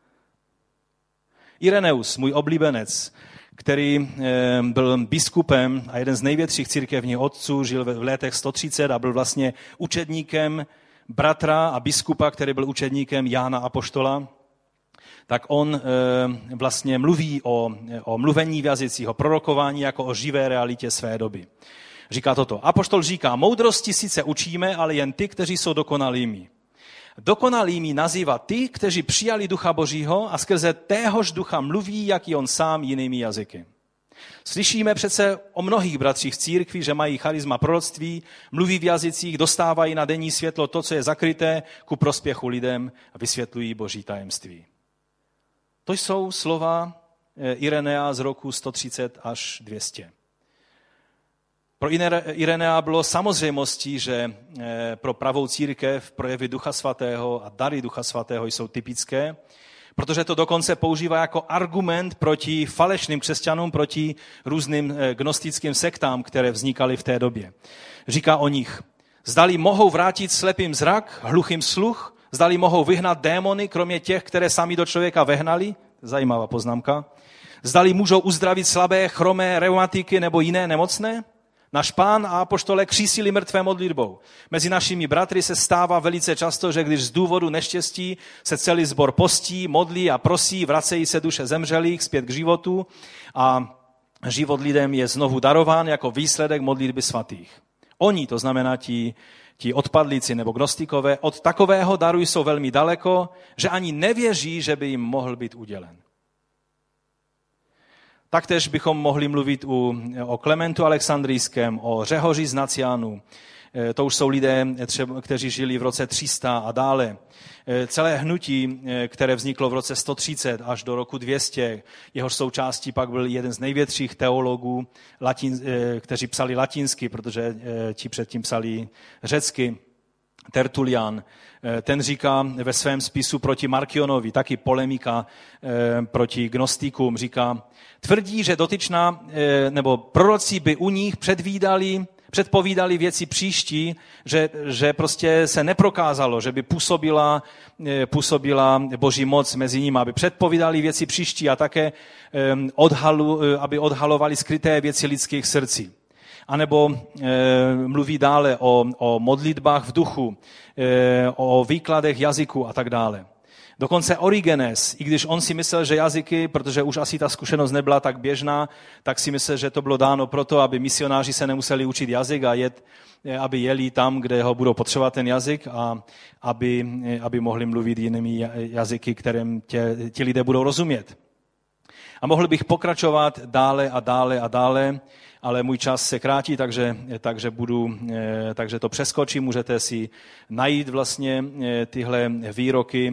Ireneus, můj oblíbenec, který byl biskupem a jeden z největších církevních otců, žil v letech 130 a byl vlastně učedníkem bratra a biskupa, který byl učedníkem Jána apoštola, tak on vlastně mluví o mluvení v jazycích, o prorokování jako o živé realitě své doby. Říká toto. Apoštol říká, moudrosti sice učíme, ale jen ty, kteří jsou dokonalými. Dokonalými nazývá ty, kteří přijali Ducha Božího a skrze téhož ducha mluví, jak i on sám jinými jazyky. Slyšíme přece o mnohých bratřích v církvi, že mají charisma proroctví, mluví v jazycích, dostávají na denní světlo to, co je zakryté, ku prospěchu lidem a vysvětlují Boží tajemství. To jsou slova Irenea z roku 130 až 200. Pro Irenea bylo samozřejmostí, že pro pravou církev projevy Ducha Svatého a dary Ducha Svatého jsou typické, protože to dokonce používá jako argument proti falešným křesťanům, proti různým gnostickým sektám, které vznikaly v té době. Říká o nich, zdali mohou vrátit slepým zrak, hluchým sluch, zdali mohou vyhnat démony, kromě těch, které sami do člověka vehnali, zajímavá poznámka, zdali můžou uzdravit slabé, chromé, reumatiky nebo jiné nemocné. Náš Pán a apoštole křísili mrtvé modlitbou. Mezi našimi bratry se stává velice často, že když z důvodu neštěstí se celý sbor postí, modlí a prosí, vracejí se duše zemřelých zpět k životu a život lidem je znovu darován jako výsledek modlitby svatých. Oni, to znamená ti odpadlíci nebo gnostikové, od takového daru jsou velmi daleko, že ani nevěří, že by jim mohl být udělen. Taktéž bychom mohli mluvit o Klementu Alexandrijském, o Řehoři z Naciánu. To už jsou lidé, kteří žili v roce 300 a dále. Celé hnutí, které vzniklo v roce 130 až do roku 200, jehož součástí pak byl jeden z největších teologů, kteří psali latinsky, protože ti předtím psali řecky, Tertulian. Ten říká ve svém spisu proti Markionovi, taky polemika proti gnostikům, říká, tvrdí, že dotyčná, nebo proroci by u nich předpovídali věci příští, že prostě se neprokázalo, že by působila Boží moc mezi nimi, aby předpovídali věci příští a také aby odhalovali skryté věci lidských srdcí. A nebo mluví dále o modlitbách v duchu, o výkladech jazyku a tak dále. Dokonce Origenes, i když on si myslel, že jazyky, protože už asi ta zkušenost nebyla tak běžná, tak si myslel, že to bylo dáno proto, aby misionáři se nemuseli učit jazyk a aby jeli tam, kde ho budou potřebovat ten jazyk a aby mohli mluvit jinými jazyky, kterým ti lidé budou rozumět. A mohl bych pokračovat dále a dále a dále, ale můj čas se krátí, takže to přeskočím. Můžete si najít vlastně tyhle výroky.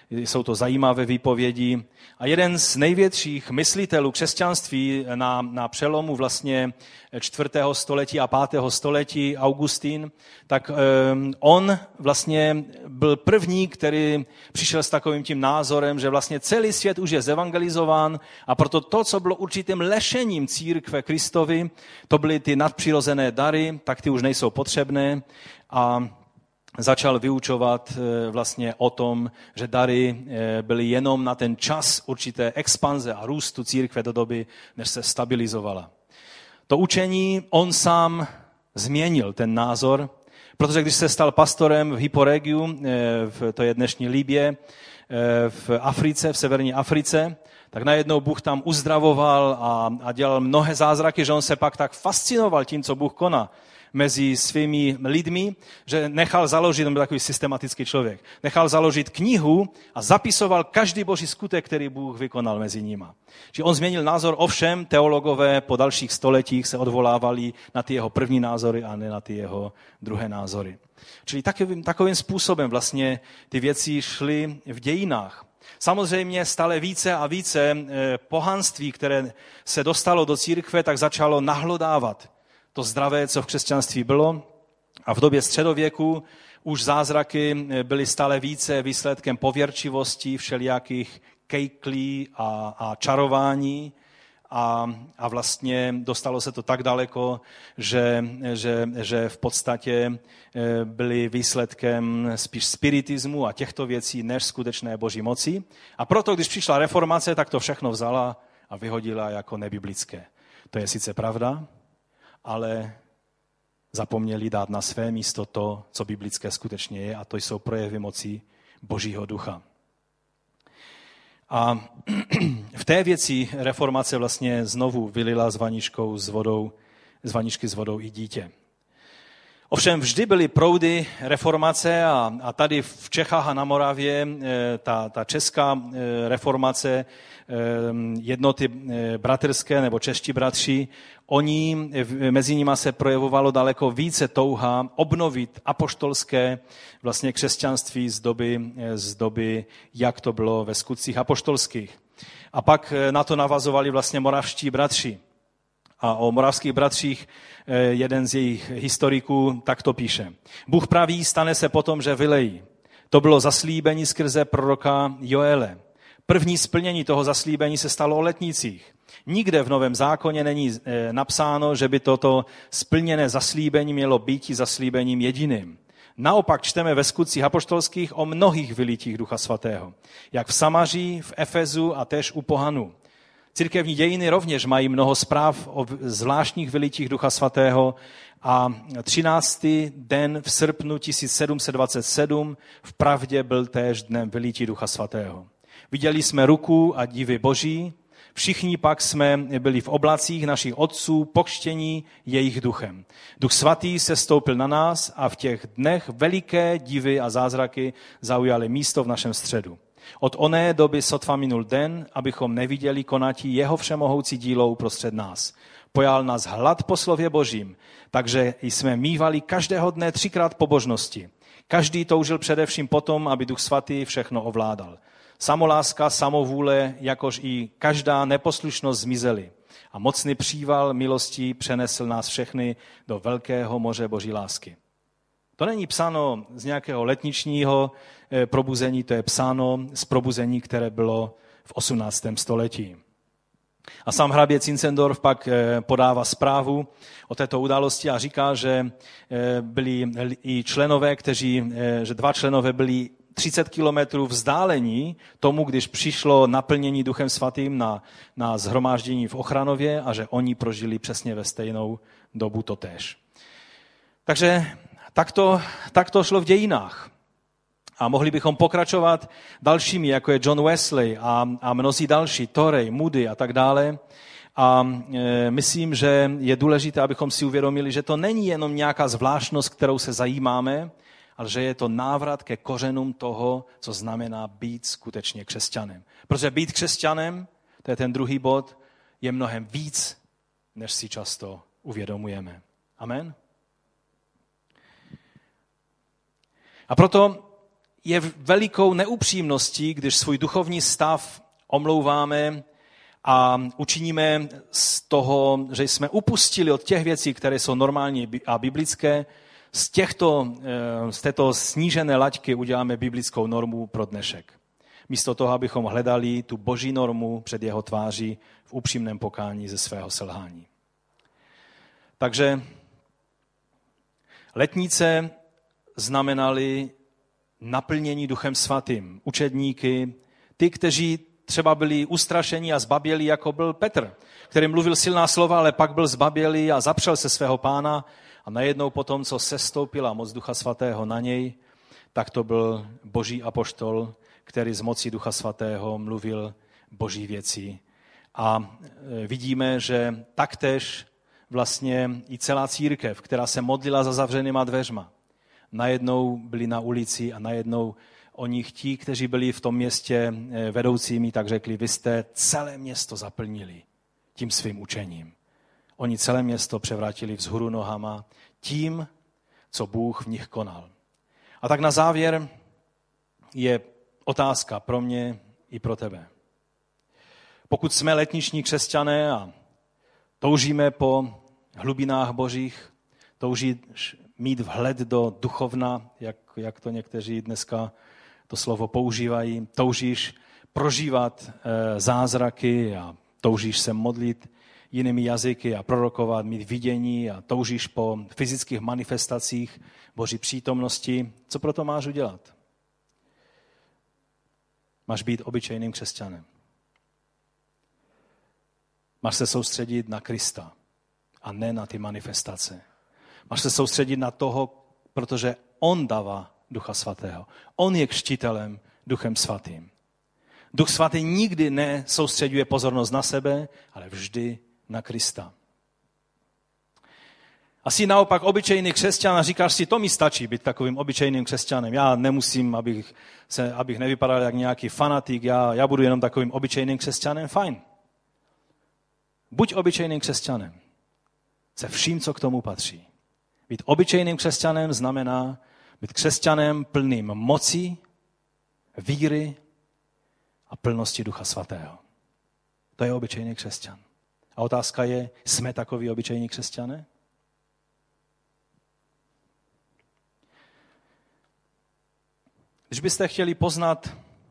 jsou to zajímavé výpovědi. A jeden z největších myslitelů křesťanství na přelomu vlastně 4. století a 5. století, Augustín, tak on vlastně byl první, který přišel s takovým tím názorem, že vlastně celý svět už je zevangelizován a proto to, co bylo určitým lešením církve Kristovi, to byly ty nadpřirozené dary, tak ty už nejsou potřebné a začal vyučovat vlastně o tom, že dary byly jenom na ten čas určité expanze a růstu církve do doby, než se stabilizovala. To učení on sám změnil ten názor, protože když se stal pastorem v Hyporegiu, to je dnešní Libye, v Africe, v severní Africe, tak najednou Bůh tam uzdravoval a dělal mnohé zázraky, že on se pak tak fascinoval tím, co Bůh koná mezi svými lidmi, že nechal založit, on byl takový systematický člověk, nechal založit knihu a zapisoval každý boží skutek, který Bůh vykonal mezi nima. Že on změnil názor, ovšem teologové po dalších stoletích se odvolávali na ty jeho první názory a ne na ty jeho druhé názory. Čili takovým způsobem vlastně ty věci šly v dějinách. Samozřejmě stále více a více pohanství, které se dostalo do církve, tak začalo nahlodávat to zdravé, co v křesťanství bylo. A v době středověku už zázraky byly stále více výsledkem pověrčivosti, všelijakých kejklí a čarování. A vlastně dostalo se to tak daleko, že v podstatě byly výsledkem spíš spiritismu a těchto věcí než skutečné boží moci. A proto, když přišla reformace, tak to všechno vzala a vyhodila jako nebiblické. To je sice pravda, ale zapomněli dát na své místo to, co biblické skutečně je, a to jsou projevy moci Božího ducha. A v té věci reformace vlastně znovu vylila z vaničky s vodou i dítě. Ovšem vždy byly proudy reformace a tady v Čechách a na Moravě ta česká reformace, jednoty bratrské nebo čeští bratři, mezi nimi se projevovalo daleko více touha obnovit apoštolské vlastně křesťanství z doby, jak to bylo ve skutcích apoštolských. A pak na to navazovali vlastně moravští bratři. A o moravských bratřích jeden z jejich historiků takto píše. Bůh praví, stane se potom, že vylejí. To bylo zaslíbení skrze proroka Joele. První splnění toho zaslíbení se stalo o letnicích. Nikde v Novém zákoně není napsáno, že by toto splněné zaslíbení mělo být zaslíbením jediným. Naopak čteme ve skutcích apoštolských o mnohých vylitích Ducha Svatého. Jak v Samaří, v Efezu a též u pohanů. Církevní dějiny rovněž mají mnoho zpráv o zvláštních vylitích Ducha Svatého a 13. den v srpnu 1727 v pravdě byl též dnem vylití Ducha Svatého. Viděli jsme ruku a divy Boží, všichni pak jsme byli v oblacích našich otců pokřtění jejich duchem. Duch Svatý se stoupil na nás a v těch dnech veliké divy a zázraky zaujaly místo v našem středu. Od oné doby sotva minul den, abychom neviděli konatí jeho všemohoucí dílo uprostřed nás. Pojal nás hlad po slově Božím, takže jsme mívali každého dne 3krát pobožnosti. Každý toužil především potom, aby Duch Svatý všechno ovládal. Samoláska, samovůle, jakož i každá neposlušnost zmizely. A mocný příval milostí přenesl nás všechny do velkého moře Boží lásky. To není psáno z nějakého letničního probuzení, to je psáno z probuzení, které bylo v 18. století. A sám hrabě Zinzendorf pak podává zprávu o této události a říká, že byli i členové, že 2 členové byli 30 kilometrů vzdálení tomu, když přišlo naplnění Duchem Svatým na shromáždění v Ochranově a že oni prožili přesně ve stejnou dobu totéž. Takže tak to šlo v dějinách. A mohli bychom pokračovat dalšími, jako je John Wesley a mnozí další, Torrey, Moody a tak dále. A myslím, že je důležité, abychom si uvědomili, že to není jenom nějaká zvláštnost, kterou se zajímáme, ale že je to návrat ke kořenům toho, co znamená být skutečně křesťanem. Protože být křesťanem, to je ten druhý bod, je mnohem víc, než si často uvědomujeme. Amen? A proto je velikou neupřímností, když svůj duchovní stav omlouváme a učiníme z toho, že jsme upustili od těch věcí, které jsou normální a biblické, z této snížené laťky uděláme biblickou normu pro dnešek. Místo toho, abychom hledali tu boží normu před jeho tváří v upřímném pokání ze svého selhání. Takže letnice znamenaly naplnění Duchem Svatým. Učedníky, ty, kteří třeba byli ustrašení a zbabělí, jako byl Petr, který mluvil silná slova, ale pak byl zbabělý a zapřel se svého Pána a najednou potom, co sestoupila moc Ducha Svatého na něj, tak to byl boží apoštol, který z moci Ducha Svatého mluvil boží věci. A vidíme, že taktéž vlastně i celá církev, která se modlila za zavřenýma dveřma, najednou byli na ulici a najednou o nich ti, kteří byli v tom městě vedoucími, tak řekli, vy jste celé město zaplnili tím svým učením. Oni celé město převrátili vzhůru nohama tím, co Bůh v nich konal. A tak na závěr je otázka pro mě i pro tebe. Pokud jsme letniční křesťané a toužíme po hlubinách božích, toužíš mít vhled do duchovna, jak to někteří dneska to slovo používají, toužíš prožívat zázraky a toužíš se modlit jinými jazyky a prorokovat, mít vidění a toužíš po fyzických manifestacích boží přítomnosti, co proto máš udělat? Máš být obyčejným křesťanem. Máš se soustředit na Krista a ne na ty manifestace. Máš se soustředit na toho, protože on dává Ducha Svatého. On je křtitelem Duchem Svatým. Duch Svatý nikdy nesoustředuje pozornost na sebe, ale vždy na Krista. Asi naopak obyčejný křesťan a říkáš si, to mi stačí být takovým obyčejným křesťanem. Já nemusím, abych nevypadal jak nějaký fanatik, já budu jenom takovým obyčejným křesťanem, fajn. Buď obyčejným křesťanem se vším, co k tomu patří. Být obyčejným křesťanem znamená být křesťanem plným moci, víry a plnosti Ducha Svatého. To je obyčejný křesťan. A otázka je, jsme takoví obyčejní křesťané? Když byste chtěli poznat,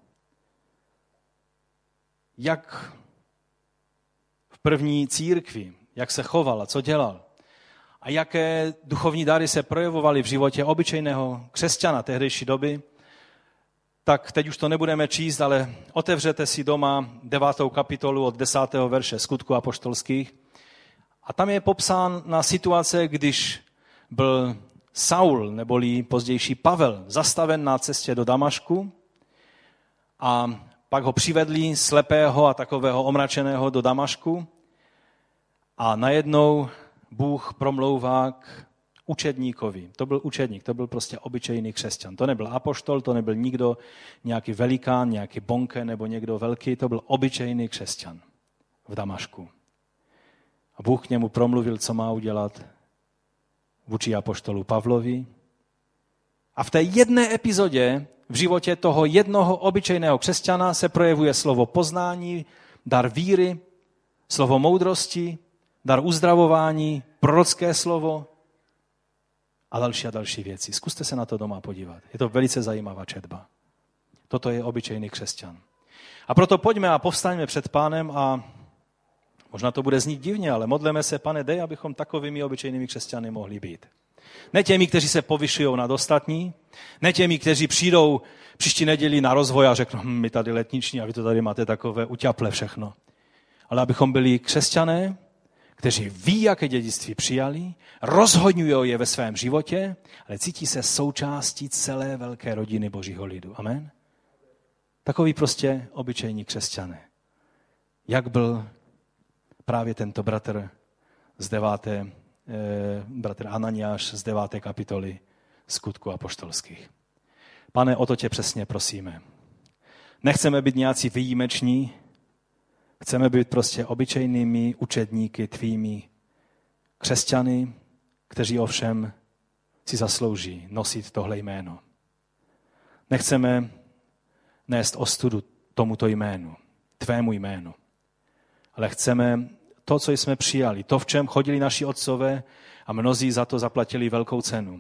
jak v první církvi, jak se choval a co dělal, a jaké duchovní dary se projevovaly v životě obyčejného křesťana tehdejší doby, tak teď už to nebudeme číst, ale otevřete si doma 9. kapitolu od 10. verše Skutků apoštolských. A tam je popsána situace, když byl Saul, neboli pozdější Pavel, zastaven na cestě do Damašku a pak ho přivedli slepého a takového omračeného do Damašku a najednou Bůh promlouvá k učedníkovi. To byl učedník, to byl prostě obyčejný křesťan. To nebyl apoštol, to nebyl nikdo, nějaký velikán, nějaký bonke nebo někdo velký, to byl obyčejný křesťan v Damašku. A Bůh k němu promluvil, co má udělat vůči apoštolu Pavlovi. A v té jedné epizodě v životě toho jednoho obyčejného křesťana se projevuje slovo poznání, dar víry, slovo moudrosti, dar uzdravování, prorocké slovo a další věci. Zkuste se na to doma podívat. Je to velice zajímavá četba. Toto je obyčejný křesťan. A proto pojďme a povstaňme před Pánem a možná to bude znít divně, ale modleme se, Pane, dej, abychom takovými obyčejnými křesťany mohli být. Ne těmi, kteří se povyšují nad ostatní, ne těmi, kteří přijdou příští neděli na rozvoj a řeknou, my tady letniční a vy to tady máte takové uťaple všechno. Ale abychom byli křesťané, kteří ví, jaké dědictví přijali, rozhodňují je ve svém životě, ale cítí se součástí celé velké rodiny Božího lidu. Amen? Takový prostě obyčejní křesťané. Jak byl právě tento bratr Ananiáš z 9. kapitoly Skutků apoštolských. Pane, o to tě přesně prosíme. Nechceme být nějací výjimeční, chceme být prostě obyčejnými učedníky tvými křesťany, kteří ovšem si zaslouží nosit tohle jméno. Nechceme nést ostudu tomuto jménu, tvému jménu, ale chceme to, co jsme přijali, to, v čem chodili naši otcové a mnozí za to zaplatili velkou cenu.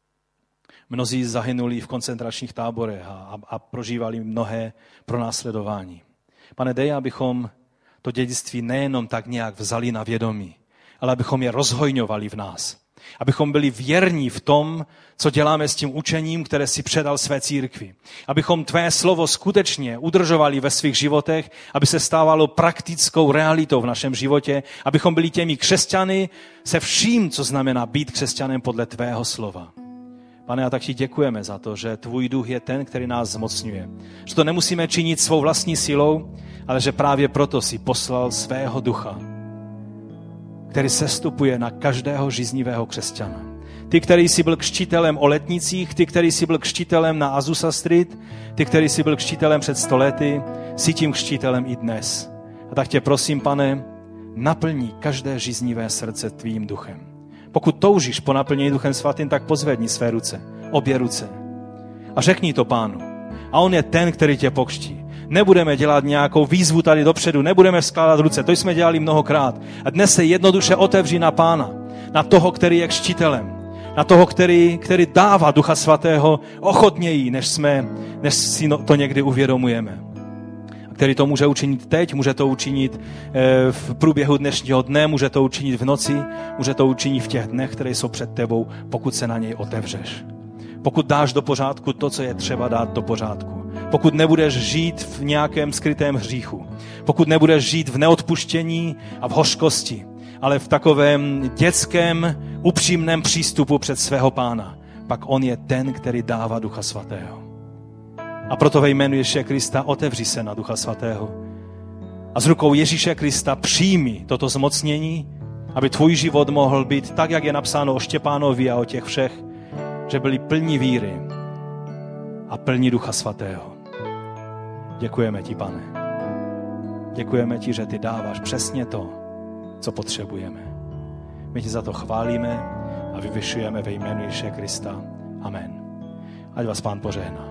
Mnozí zahynuli v koncentračních táborech a prožívali mnohé pronásledování. Pane, dej, abychom to dědictví nejenom tak nějak vzali na vědomí, ale abychom je rozhojňovali v nás. Abychom byli věrní v tom, co děláme s tím učením, které si předal své církvi. Abychom tvé slovo skutečně udržovali ve svých životech, aby se stávalo praktickou realitou v našem životě, abychom byli těmi křesťany se vším, co znamená být křesťanem podle tvého slova. Pane, a tak ti děkujeme za to, že tvůj duch je ten, který nás zmocňuje. Že to nemusíme činit svou vlastní silou, ale že právě proto si poslal svého ducha, který sestupuje na každého žíznivého křesťana. Ty, který jsi byl křtitelem o Letnicích, ty, který jsi byl křtitelem na Azusa Street, ty, který jsi byl křtitelem před 100 lety, jsi tím křtitelem i dnes. A tak tě prosím, Pane, naplní každé žíznivé srdce tvým duchem. Pokud toužíš po naplnění Duchem Svatým, tak pozvedni své ruce, obě ruce. A řekni to Pánu. A on je ten, který tě pokřtí. Nebudeme dělat nějakou výzvu tady dopředu, nebudeme skládat ruce, to jsme dělali mnohokrát. A dnes se jednoduše otevři na Pána, na toho, který je křtitelem, na toho, který dává Ducha Svatého ochotněji, než si to někdy uvědomujeme. Který to může učinit teď, může to učinit v průběhu dnešního dne, může to učinit v noci, může to učinit v těch dnech, které jsou před tebou, pokud se na něj otevřeš. Pokud dáš do pořádku to, co je třeba dát do pořádku. Pokud nebudeš žít v nějakém skrytém hříchu. Pokud nebudeš žít v neodpuštění a v hořkosti, ale v takovém dětském, upřímném přístupu před svého Pána. Pak on je ten, který dává Ducha Svatého. A proto ve jménu Ježíše Krista otevři se na Ducha Svatého. A z rukou Ježíše Krista přijmi toto zmocnění, aby tvůj život mohl být tak, jak je napsáno o Štěpánovi a o těch všech, že byli plní víry a plní Ducha Svatého. Děkujeme ti, Pane. Děkujeme ti, že ty dáváš přesně to, co potřebujeme. My ti za to chválíme a vyvyšujeme ve jménu Ježíše Krista. Amen. Ať vás Pán požehná.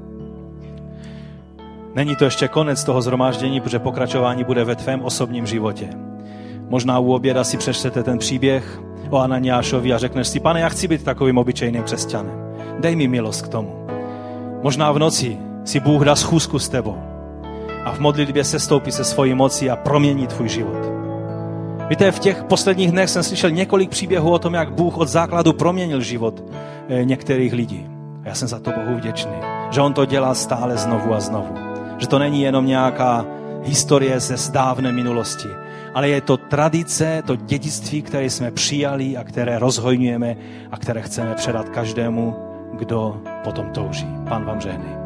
Není to ještě konec toho shromáždění, protože pokračování bude ve tvém osobním životě. Možná u oběda si přečtete ten příběh o Ananiášovi a řekneš si, Pane, já chci být takovým obyčejným křesťanem. Dej mi milost k tomu. Možná v noci si Bůh dá schůzku s tebou a v modlitbě se stoupí se svojí mocí a promění tvůj život. Víte, v těch posledních dnech jsem slyšel několik příběhů o tom, jak Bůh od základu proměnil život některých lidí. A já jsem za to Bohu vděčný, že on to dělá stále znovu a znovu. Že to není jenom nějaká historie ze dávné minulosti, ale je to tradice, to dědictví, které jsme přijali a které rozhojňujeme a které chceme předat každému, kdo potom touží. Pán vám žehnej.